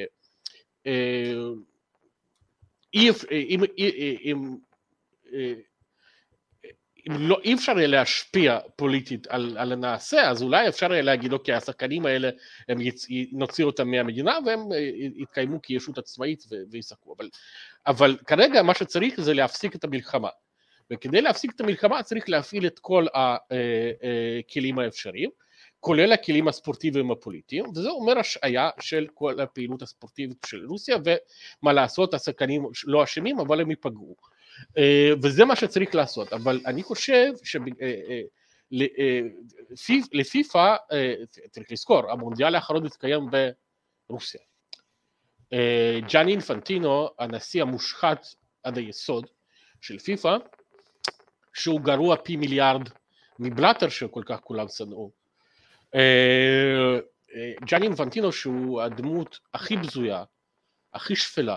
אם, אם, אם, אם לא, אי אפשר להשפיע פוליטית על, על הנעשה, אז אולי אפשר להגיד, אוקיי, השחקנים האלה, הם יצ... נוציא אותם מהמדינה, והם יתקיימו כישות עצמאית ויסקו. אבל, אבל כרגע מה שצריך זה להפסיק את המלחמה. וכדי להפסיק את המלחמה צריך להפעיל את כל הכלים האפשריים, כולל הכלים הספורטיביים הפוליטיים, וזה אומר השעיה של כל הפעילות הספורטיבית של רוסיה, ומה לעשות, השחקנים לא אשמים, אבל הם ייפגעו. וזה מה שצריך לעשות, אבל אני חושב שלפיפ"א, צריך לזכור, המונדיאל האחרון התקיים ברוסיה. ג'אני אינפנטינו, הנשיא המושחת עד היסוד של פיפ"א, שהוא גרוע פי מיליארד מבלאטר שכל כך כולם שנאו, ג'אני אינפנטינו שהוא הדמות הכי בזויה, הכי שפלה,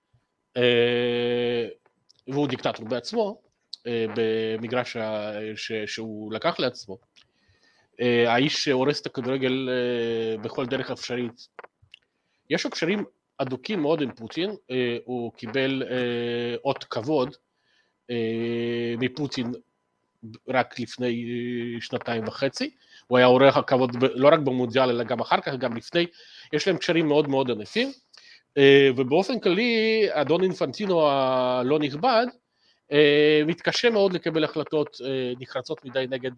והוא דיקטטור בעצמו, במגרש שהוא לקח לעצמו, האיש שהורס את הכדורגל בכל דרך אפשרית. יש לו קשרים אדוקים מאוד עם פוטין, הוא קיבל אות כבוד מפוטין רק לפני שנתיים וחצי, הוא היה אורח הכבוד לא רק במונדיאל אלא גם אחר כך, גם לפני, יש להם קשרים מאוד מאוד ענפים, ובאופן כללי אדון אינפנטינו הלא נכבד, מתקשה מאוד לקבל החלטות נחרצות מדי נגד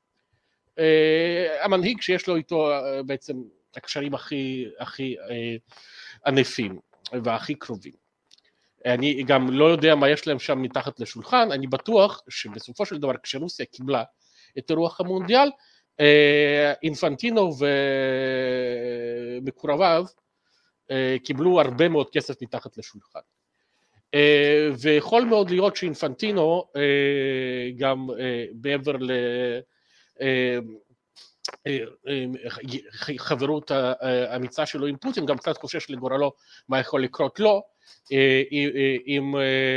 המנהיג שיש לו איתו בעצם הקשרים הכי, הכי ענפים והכי קרובים. אני גם לא יודע מה יש להם שם מתחת לשולחן, אני בטוח שבסופו של דבר כשרוסיה קיבלה את אירוח המונדיאל, אינפנטינו ומקורביו קיבלו הרבה מאוד כסף מתחת לשולחן. ויכול מאוד להיות שאינפנטינו גם מעבר לחברות האמיצה שלו עם פוטין, גם קצת חושש לגורלו מה יכול לקרות לו, אם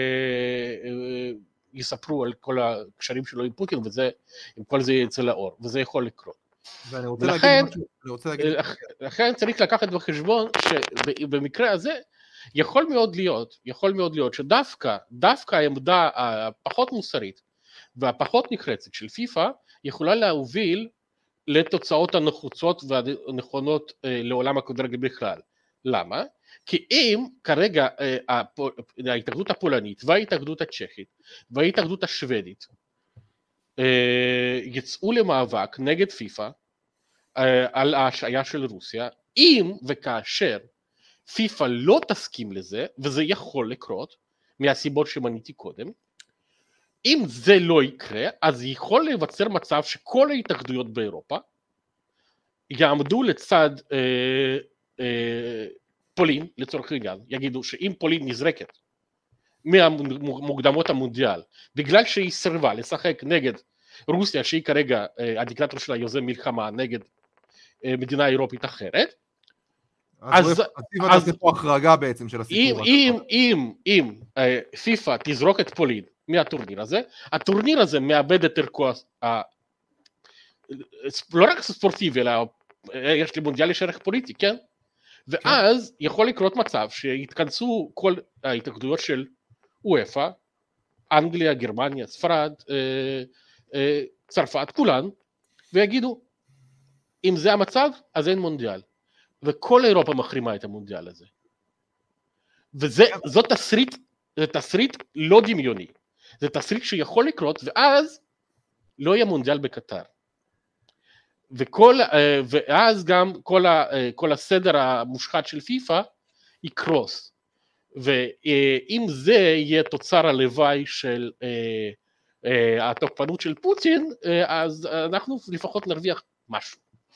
יספרו על כל הקשרים שלו עם פוטין, וזה, עם כל זה יצא לאור, וזה יכול לקרות. ואני רוצה להגיד משהו, אני רוצה להגיד... לכן צריך לקחת בחשבון שבמקרה הזה, יכול מאוד להיות, יכול מאוד להיות שדווקא, דווקא העמדה הפחות מוסרית, והפחות נחרצת של פיפ"א, יכולה להוביל לתוצאות הנחוצות והנכונות לעולם הכדורגל בכלל. למה? כי אם כרגע ההתאחדות הפולנית וההתאחדות הצ'כית וההתאחדות השוודית יצאו למאבק נגד פיפ"א על ההשעיה של רוסיה, אם וכאשר פיפ"א לא תסכים לזה, וזה יכול לקרות מהסיבות שמניתי קודם, אם זה לא יקרה, אז יכול להיווצר מצב שכל ההתאחדויות באירופה יעמדו לצד אה, אה, פולין, לצורך העניין, יגידו שאם פולין נזרקת מהמוקדמות המונדיאל, בגלל שהיא סרבה לשחק נגד רוסיה שהיא כרגע, הדיקטטור שלה יוזם מלחמה נגד מדינה אירופית אחרת, אז פיפ"א תעשה פה החרגה בעצם של הסיפור הזה. אם, אם, אם פיפ"א תזרוק את פולין מהטורניר הזה, הטורניר הזה מאבד את ערכו, לא רק ספורטיבי, אלא יש לי מונדיאל יש ערך פוליטי, כן? ואז יכול לקרות מצב שיתכנסו כל ההתאגדויות של אופ"א, אנגליה, גרמניה, ספרד, צרפת, כולן, ויגידו, אם זה המצב, אז אין מונדיאל. וכל אירופה מחרימה את המונדיאל הזה. וזאת תסריט, זה תסריט לא דמיוני. זה תסריט שיכול לקרות, ואז לא יהיה מונדיאל בקטר. וכל, ואז גם כל, ה, כל הסדר המושחת של פיפ"א יקרוס. ואם זה יהיה תוצר הלוואי של התוקפנות של פוטין, אז אנחנו לפחות נרוויח משהו.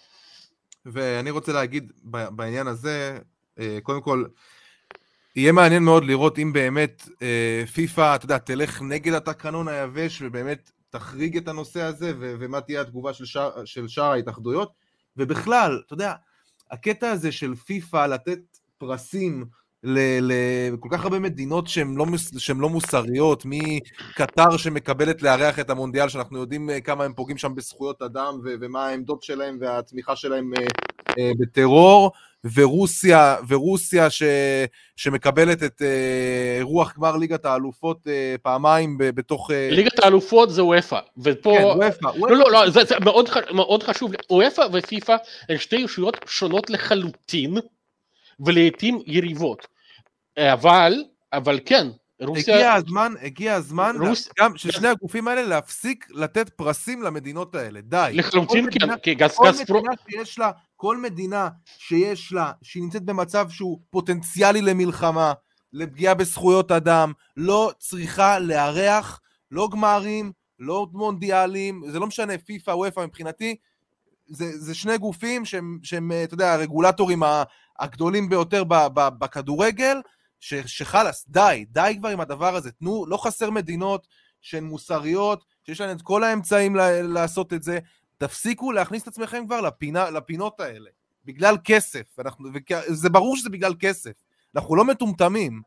ואני רוצה להגיד בעניין הזה, קודם כל, יהיה מעניין מאוד לראות אם באמת פיפ"א, אתה יודע, תלך נגד התקנון היבש ובאמת תחריג את הנושא הזה, ו- ומה תהיה התגובה של שאר, של שאר ההתאחדויות, ובכלל, אתה יודע, הקטע הזה של פיפ"א לתת פרסים לכל כך הרבה מדינות שהן לא, שהן לא מוסריות, מקטר שמקבלת לארח את המונדיאל, שאנחנו יודעים כמה הם פוגעים שם בזכויות אדם, ו- ומה העמדות שלהם והתמיכה שלהם בטרור, ורוסיה, ורוסיה ש, שמקבלת את רוח גמר ליגת האלופות פעמיים בתוך... ליגת האלופות זה אופ"א, ופה... כן, אופ"א. לא, לא, לא, זה, זה מאוד, מאוד חשוב. אופ"א ופיפ"א הן שתי ישויות שונות לחלוטין, ולעיתים יריבות. אבל, אבל כן, רוסיה... הגיע הזמן, הגיע הזמן, רוס... גם של שני הגופים האלה להפסיק לתת פרסים למדינות האלה, די. לחלוטין, כי גס כל גס פרו... מדינה שיש לה, כל מדינה שיש לה, שהיא נמצאת במצב שהוא פוטנציאלי למלחמה, לפגיעה בזכויות אדם, לא צריכה לארח, לא גמרים, לא מונדיאלים, זה לא משנה, פיפ"א, אופ"א מבחינתי, זה, זה שני גופים שהם, שהם, אתה יודע, הרגולטורים הגדולים ביותר בכדורגל, ש, שחלס, די, די כבר עם הדבר הזה, תנו, לא חסר מדינות שהן מוסריות, שיש להן את כל האמצעים לעשות את זה, תפסיקו להכניס את עצמכם כבר לפינה, לפינות האלה, בגלל כסף, אנחנו, זה ברור שזה בגלל כסף, אנחנו לא מטומטמים.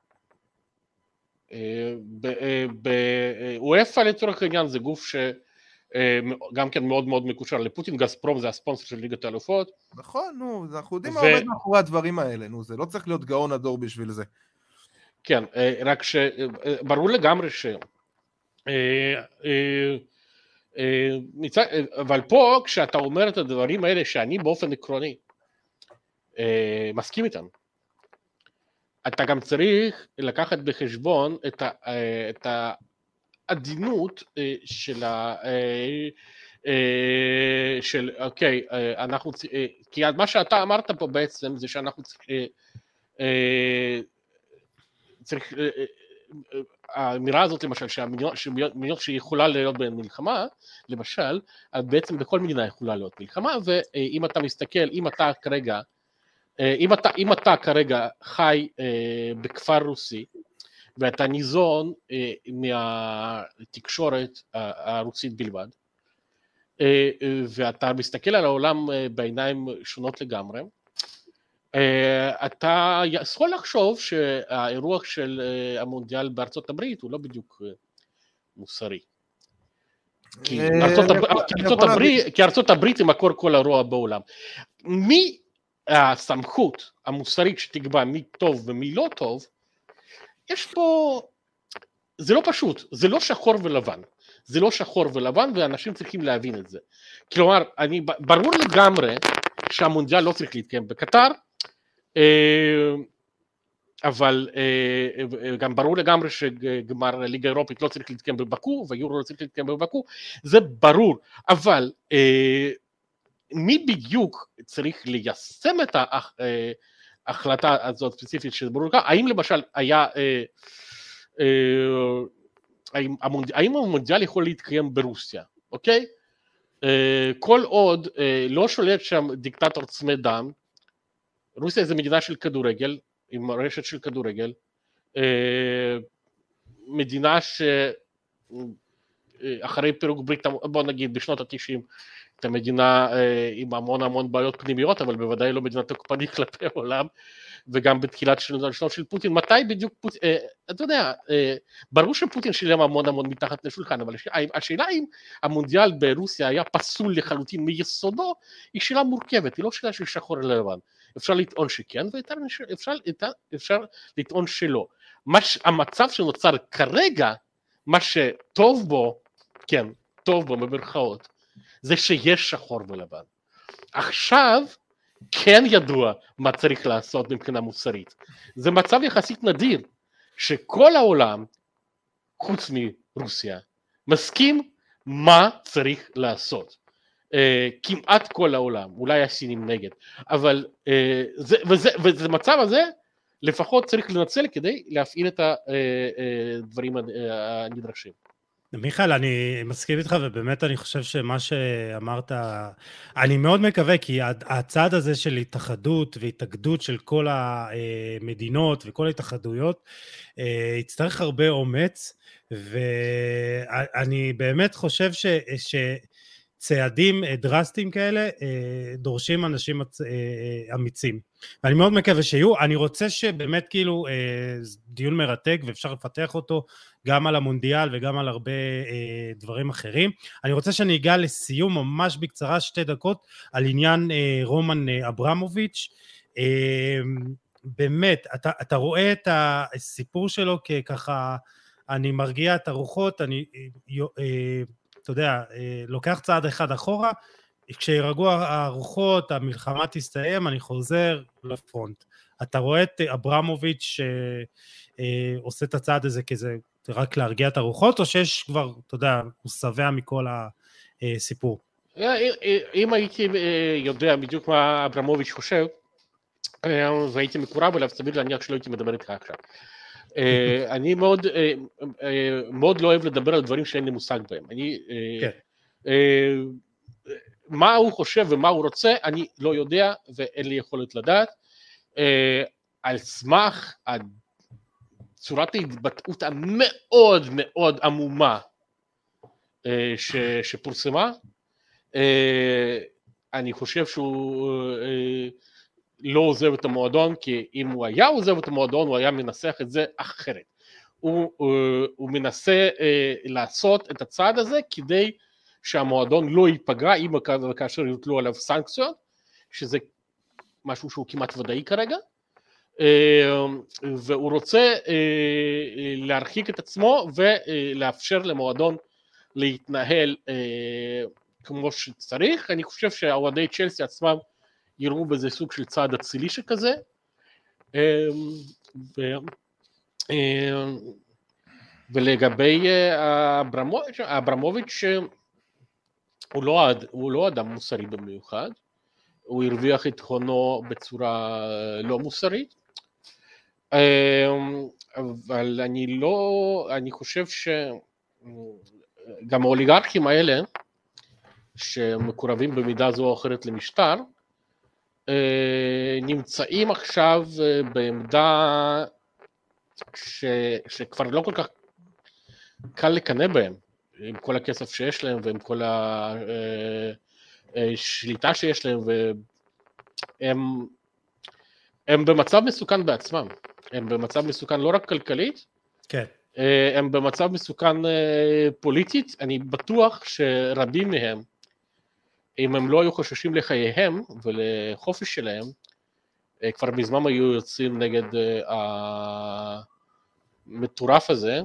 אופ"א לצורך העניין זה גוף שגם כן מאוד מאוד מקושר לפוטין, גזפרום זה הספונסר של ליגת האלופות. נכון, נו, אנחנו יודעים מה עומד מאחורי הדברים האלה, נו, זה לא צריך להיות גאון הדור בשביל זה. כן, רק שברור לגמרי ש... אבל פה כשאתה אומר את הדברים האלה שאני באופן עקרוני מסכים איתם, אתה גם צריך לקחת בחשבון את, ה, את העדינות של ה... של אוקיי, אנחנו... כי מה שאתה אמרת פה בעצם זה שאנחנו צריכים... צריך... האמירה הזאת למשל, שהמדינות שיכולה להיות בהן מלחמה, למשל, בעצם בכל מדינה יכולה להיות מלחמה, ואם אתה מסתכל, אם אתה כרגע, אם אתה, אם אתה כרגע חי בכפר רוסי, ואתה ניזון מהתקשורת הרוסית בלבד, ואתה מסתכל על העולם בעיניים שונות לגמרי, אתה יכול לחשוב שהאירוח של המונדיאל בארצות הברית הוא לא בדיוק מוסרי. כי ארצות הברית היא מקור כל הרוע בעולם. מי הסמכות המוסרית שתקבע מי טוב ומי לא טוב, יש פה, זה לא פשוט, זה לא שחור ולבן. זה לא שחור ולבן ואנשים צריכים להבין את זה. כלומר, אני, ברור לגמרי שהמונדיאל לא צריך להתקיים בקטר, אבל גם ברור לגמרי שגמר ליגה אירופית לא צריך להתקיים בבקו, ויורו לא צריך להתקיים בבקו, זה ברור, אבל מי בדיוק צריך ליישם את ההחלטה הזאת ספציפית של ברור, האם למשל היה, האם המונדיאל יכול להתקיים ברוסיה, אוקיי? כל עוד לא שולט שם דיקטטור צמא דם, רוסיה זה מדינה של כדורגל, עם רשת של כדורגל, מדינה אחרי פירוק ברית, בוא נגיד בשנות ה-תשעים, את המדינה עם המון המון בעיות פנימיות, אבל בוודאי לא מדינה תוקפנית כלפי העולם, וגם בתחילת שנות של פוטין, מתי בדיוק פוטין, אתה יודע, ברור שפוטין שילם המון המון מתחת לשולחן, אבל השאלה אם המונדיאל ברוסיה היה פסול לחלוטין מיסודו, היא שאלה מורכבת, היא לא שאלה של שחור לבן, אפשר לטעון שכן, ואפשר לטעון שלא. המצב שנוצר כרגע, מה שטוב בו, כן, טוב בו במרכאות, זה שיש שחור ולבן. עכשיו, כן ידוע מה צריך לעשות מבחינה מוסרית. זה מצב יחסית נדיר, שכל העולם, חוץ מרוסיה, מסכים מה צריך לעשות. Uh, כמעט כל העולם, אולי הסינים נגד, אבל uh, זה, וזה, וזה מצב הזה, לפחות צריך לנצל כדי להפעיל את הדברים הנדרשים. מיכאל, אני מסכים איתך, ובאמת אני חושב שמה שאמרת, אני מאוד מקווה, כי הצעד הזה של התאחדות והתאגדות של כל המדינות וכל ההתאחדויות, יצטרך הרבה אומץ, ואני באמת חושב ש... ש... צעדים דרסטיים כאלה דורשים אנשים אמיצים, ואני מאוד מקווה שיהיו. אני רוצה שבאמת כאילו דיון מרתק ואפשר לפתח אותו גם על המונדיאל וגם על הרבה דברים אחרים. אני רוצה שאני אגע לסיום ממש בקצרה שתי דקות על עניין רומן אברמוביץ'. באמת אתה, אתה רואה את הסיפור שלו כככה, אני מרגיע את הרוחות, אני אתה יודע, לוקח צעד אחד אחורה, כשירגעו הרוחות, המלחמה תסתיים, אני חוזר לפרונט. אתה רואה את אברמוביץ' שעושה את הצעד הזה כזה, רק להרגיע את הרוחות, או שיש כבר, אתה יודע, הוא שבע מכל הסיפור? אם הייתי יודע בדיוק מה אברמוביץ' חושב, והייתי מקורב אליו, סביר להניח שלא הייתי מדבר איתך עכשיו. אני מאוד מאוד לא אוהב לדבר על דברים שאין לי מושג בהם. אני מה הוא חושב ומה הוא רוצה אני לא יודע ואין לי יכולת לדעת. על סמך צורת ההתבטאות המאוד מאוד עמומה שפורסמה, אני חושב שהוא לא עוזב את המועדון, כי אם הוא היה עוזב את המועדון, הוא היה מנסח את זה אחרת. הוא, הוא, הוא מנסה אה, לעשות את הצעד הזה, כדי שהמועדון לא ייפגע, אם וכאשר יוטלו עליו סנקציות, שזה משהו שהוא כמעט ודאי כרגע, אה, והוא רוצה אה, להרחיק את עצמו, ולאפשר למועדון להתנהל אה, כמו שצריך. אני חושב שהאוהדי צ'לסי עצמם, יראו בזה סוג של צעד אצילי שכזה, ולגבי אברמוביץ' הוא לא אדם מוסרי במיוחד, הוא הרוויח את הונו בצורה לא מוסרית, אבל אני לא, אני חושב שגם האוליגרכים האלה, שמקורבים במידה זו או אחרת למשטר, נמצאים עכשיו בעמדה ש, שכבר לא כל כך קל לקנא בהם, עם כל הכסף שיש להם ועם כל השליטה שיש להם, והם הם במצב מסוכן בעצמם, הם במצב מסוכן לא רק כלכלית, כן. הם במצב מסוכן פוליטית. אני בטוח שרבים מהם, אם הם לא היו חוששים לחייהם ולחופש שלהם, כבר בזמן היו יוצאים נגד המטורף הזה,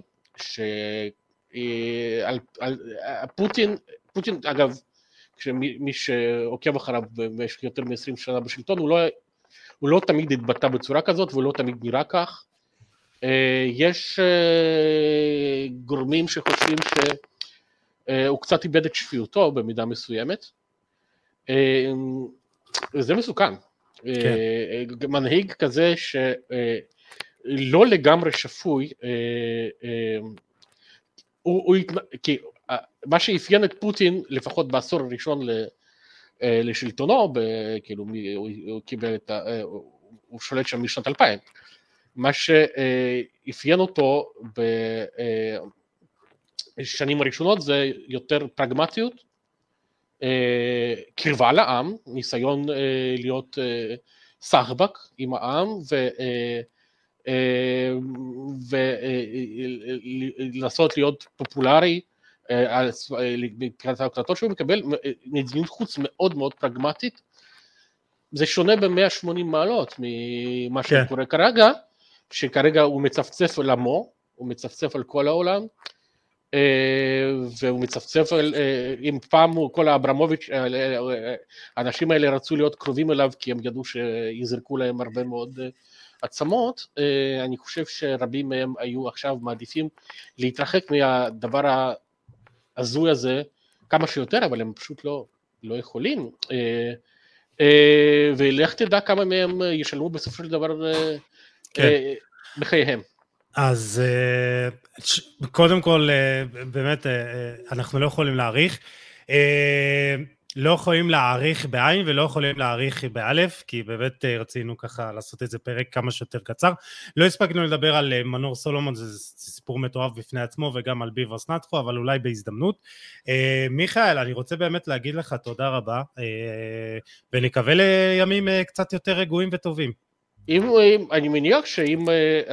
שפוטין, פוטין אגב, מי שעוקב אחריו במשך יותר מ-עשרים שנה בשלטון, הוא לא, הוא לא תמיד התבטא בצורה כזאת, והוא לא תמיד נראה כך. יש גורמים שחושבים שהוא קצת איבד את שפיותו במידה מסוימת, זה מסוכן. כן. מנהיג כזה שלא לגמרי שפוי, הוא, הוא, כי מה שאפיין את פוטין, לפחות בעשור הראשון לשלטונו, כאילו הוא קיבל את, הוא שולט שם משנת אלפיים, מה שאפיין אותו השנים הראשונות זה יותר פרגמטיות, קרבה לעם, ניסיון להיות סחבק עם העם, ולנסות להיות פופולרי, מבחינת ההקלטות שהוא מקבל, מדיניות חוץ מאוד מאוד פרגמטית, זה שונה ב-מאה ושמונים מעלות ממה שקורה כרגע, שכרגע הוא מצפצף על עמו, הוא מצפצף על כל העולם, והוא מצפצף על, אם פעם כל האברמוביץ', האנשים האלה רצו להיות קרובים אליו, כי הם ידעו שיזרקו להם הרבה מאוד עצמות, אני חושב שרבים מהם היו עכשיו מעדיפים להתרחק מהדבר ההזוי הזה כמה שיותר, אבל הם פשוט לא, לא יכולים, ולך תדע כמה מהם ישלמו בסופו של דבר בחייהם. אז קודם כל, באמת, אנחנו לא יכולים להעריך, לא יכולים להעריך בעין ולא יכולים להעריך באלף, כי באמת רצינו ככה לעשות את זה פרק כמה שיותר קצר. לא הספקנו לדבר על מנור סולומון, זה סיפור מטורף בפני עצמו, וגם על ביברס נטחו, אבל אולי בהזדמנות. מיכאל, אני רוצה באמת להגיד לך תודה רבה, ונקווה לימים קצת יותר רגועים וטובים. אם, אני מניח שאם,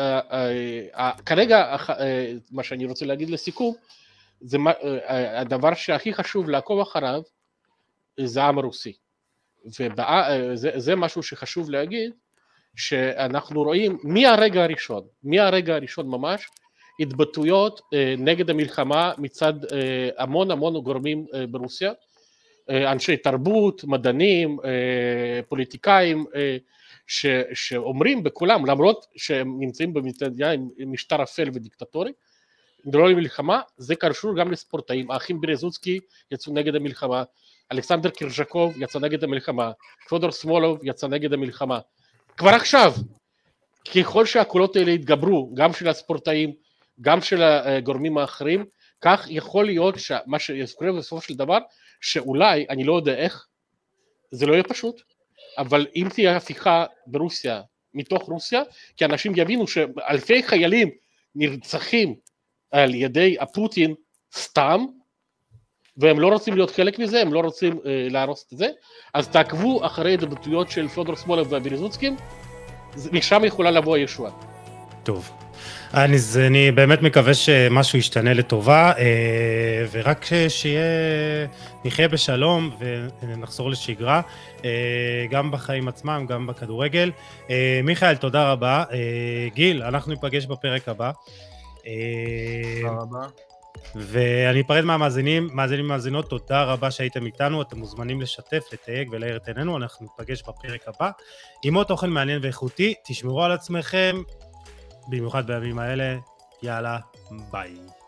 כרגע מה שאני רוצה להגיד לסיכום, זה הדבר שהכי חשוב לעקוב אחריו, זה העם הרוסי, וזה משהו שחשוב להגיד, שאנחנו רואים מהרגע הראשון, מהרגע הראשון ממש, התבטאויות נגד המלחמה מצד המון המון גורמים ברוסיה, אנשי תרבות, מדענים, פוליטיקאים, ש, שאומרים בכולם, למרות שהם נמצאים במדינה עם משטר אפל ודיקטטורי, לא למלחמה, זה קשור גם לספורטאים, האחים ברזוצקי יצאו נגד המלחמה, אלכסנדר קירז'קוב יצא נגד המלחמה, פודור סמולוב יצא נגד המלחמה, כבר עכשיו, ככל שהקולות האלה יתגברו, גם של הספורטאים, גם של הגורמים האחרים, כך יכול להיות שמה שקורה בסופו של דבר, שאולי, אני לא יודע איך, זה לא יהיה פשוט, אבל אם תהיה הפיכה ברוסיה, מתוך רוסיה, כי אנשים יבינו שאלפי חיילים נרצחים על ידי הפוטין סתם, והם לא רוצים להיות חלק מזה, הם לא רוצים אה, להרוס את זה, אז תעקבו אחרי התבטאויות של פודור סמולוב והברזוצקים, משם יכולה לבוא הישועה. טוב. אני, אני באמת מקווה שמשהו ישתנה לטובה, ורק שיהיה, נחיה בשלום ונחזור לשגרה, גם בחיים עצמם, גם בכדורגל. מיכאל, תודה רבה. גיל, אנחנו ניפגש בפרק הבא. תודה רבה. ואני אפרד מהמאזינים, מאזינים ומאזינות, תודה רבה שהייתם איתנו, אתם מוזמנים לשתף, לתייג ולהאיר את עינינו, אנחנו ניפגש בפרק הבא. עם עוד תוכן מעניין ואיכותי, תשמרו על עצמכם, במיוחד בימים האלה, יאללה, ביי.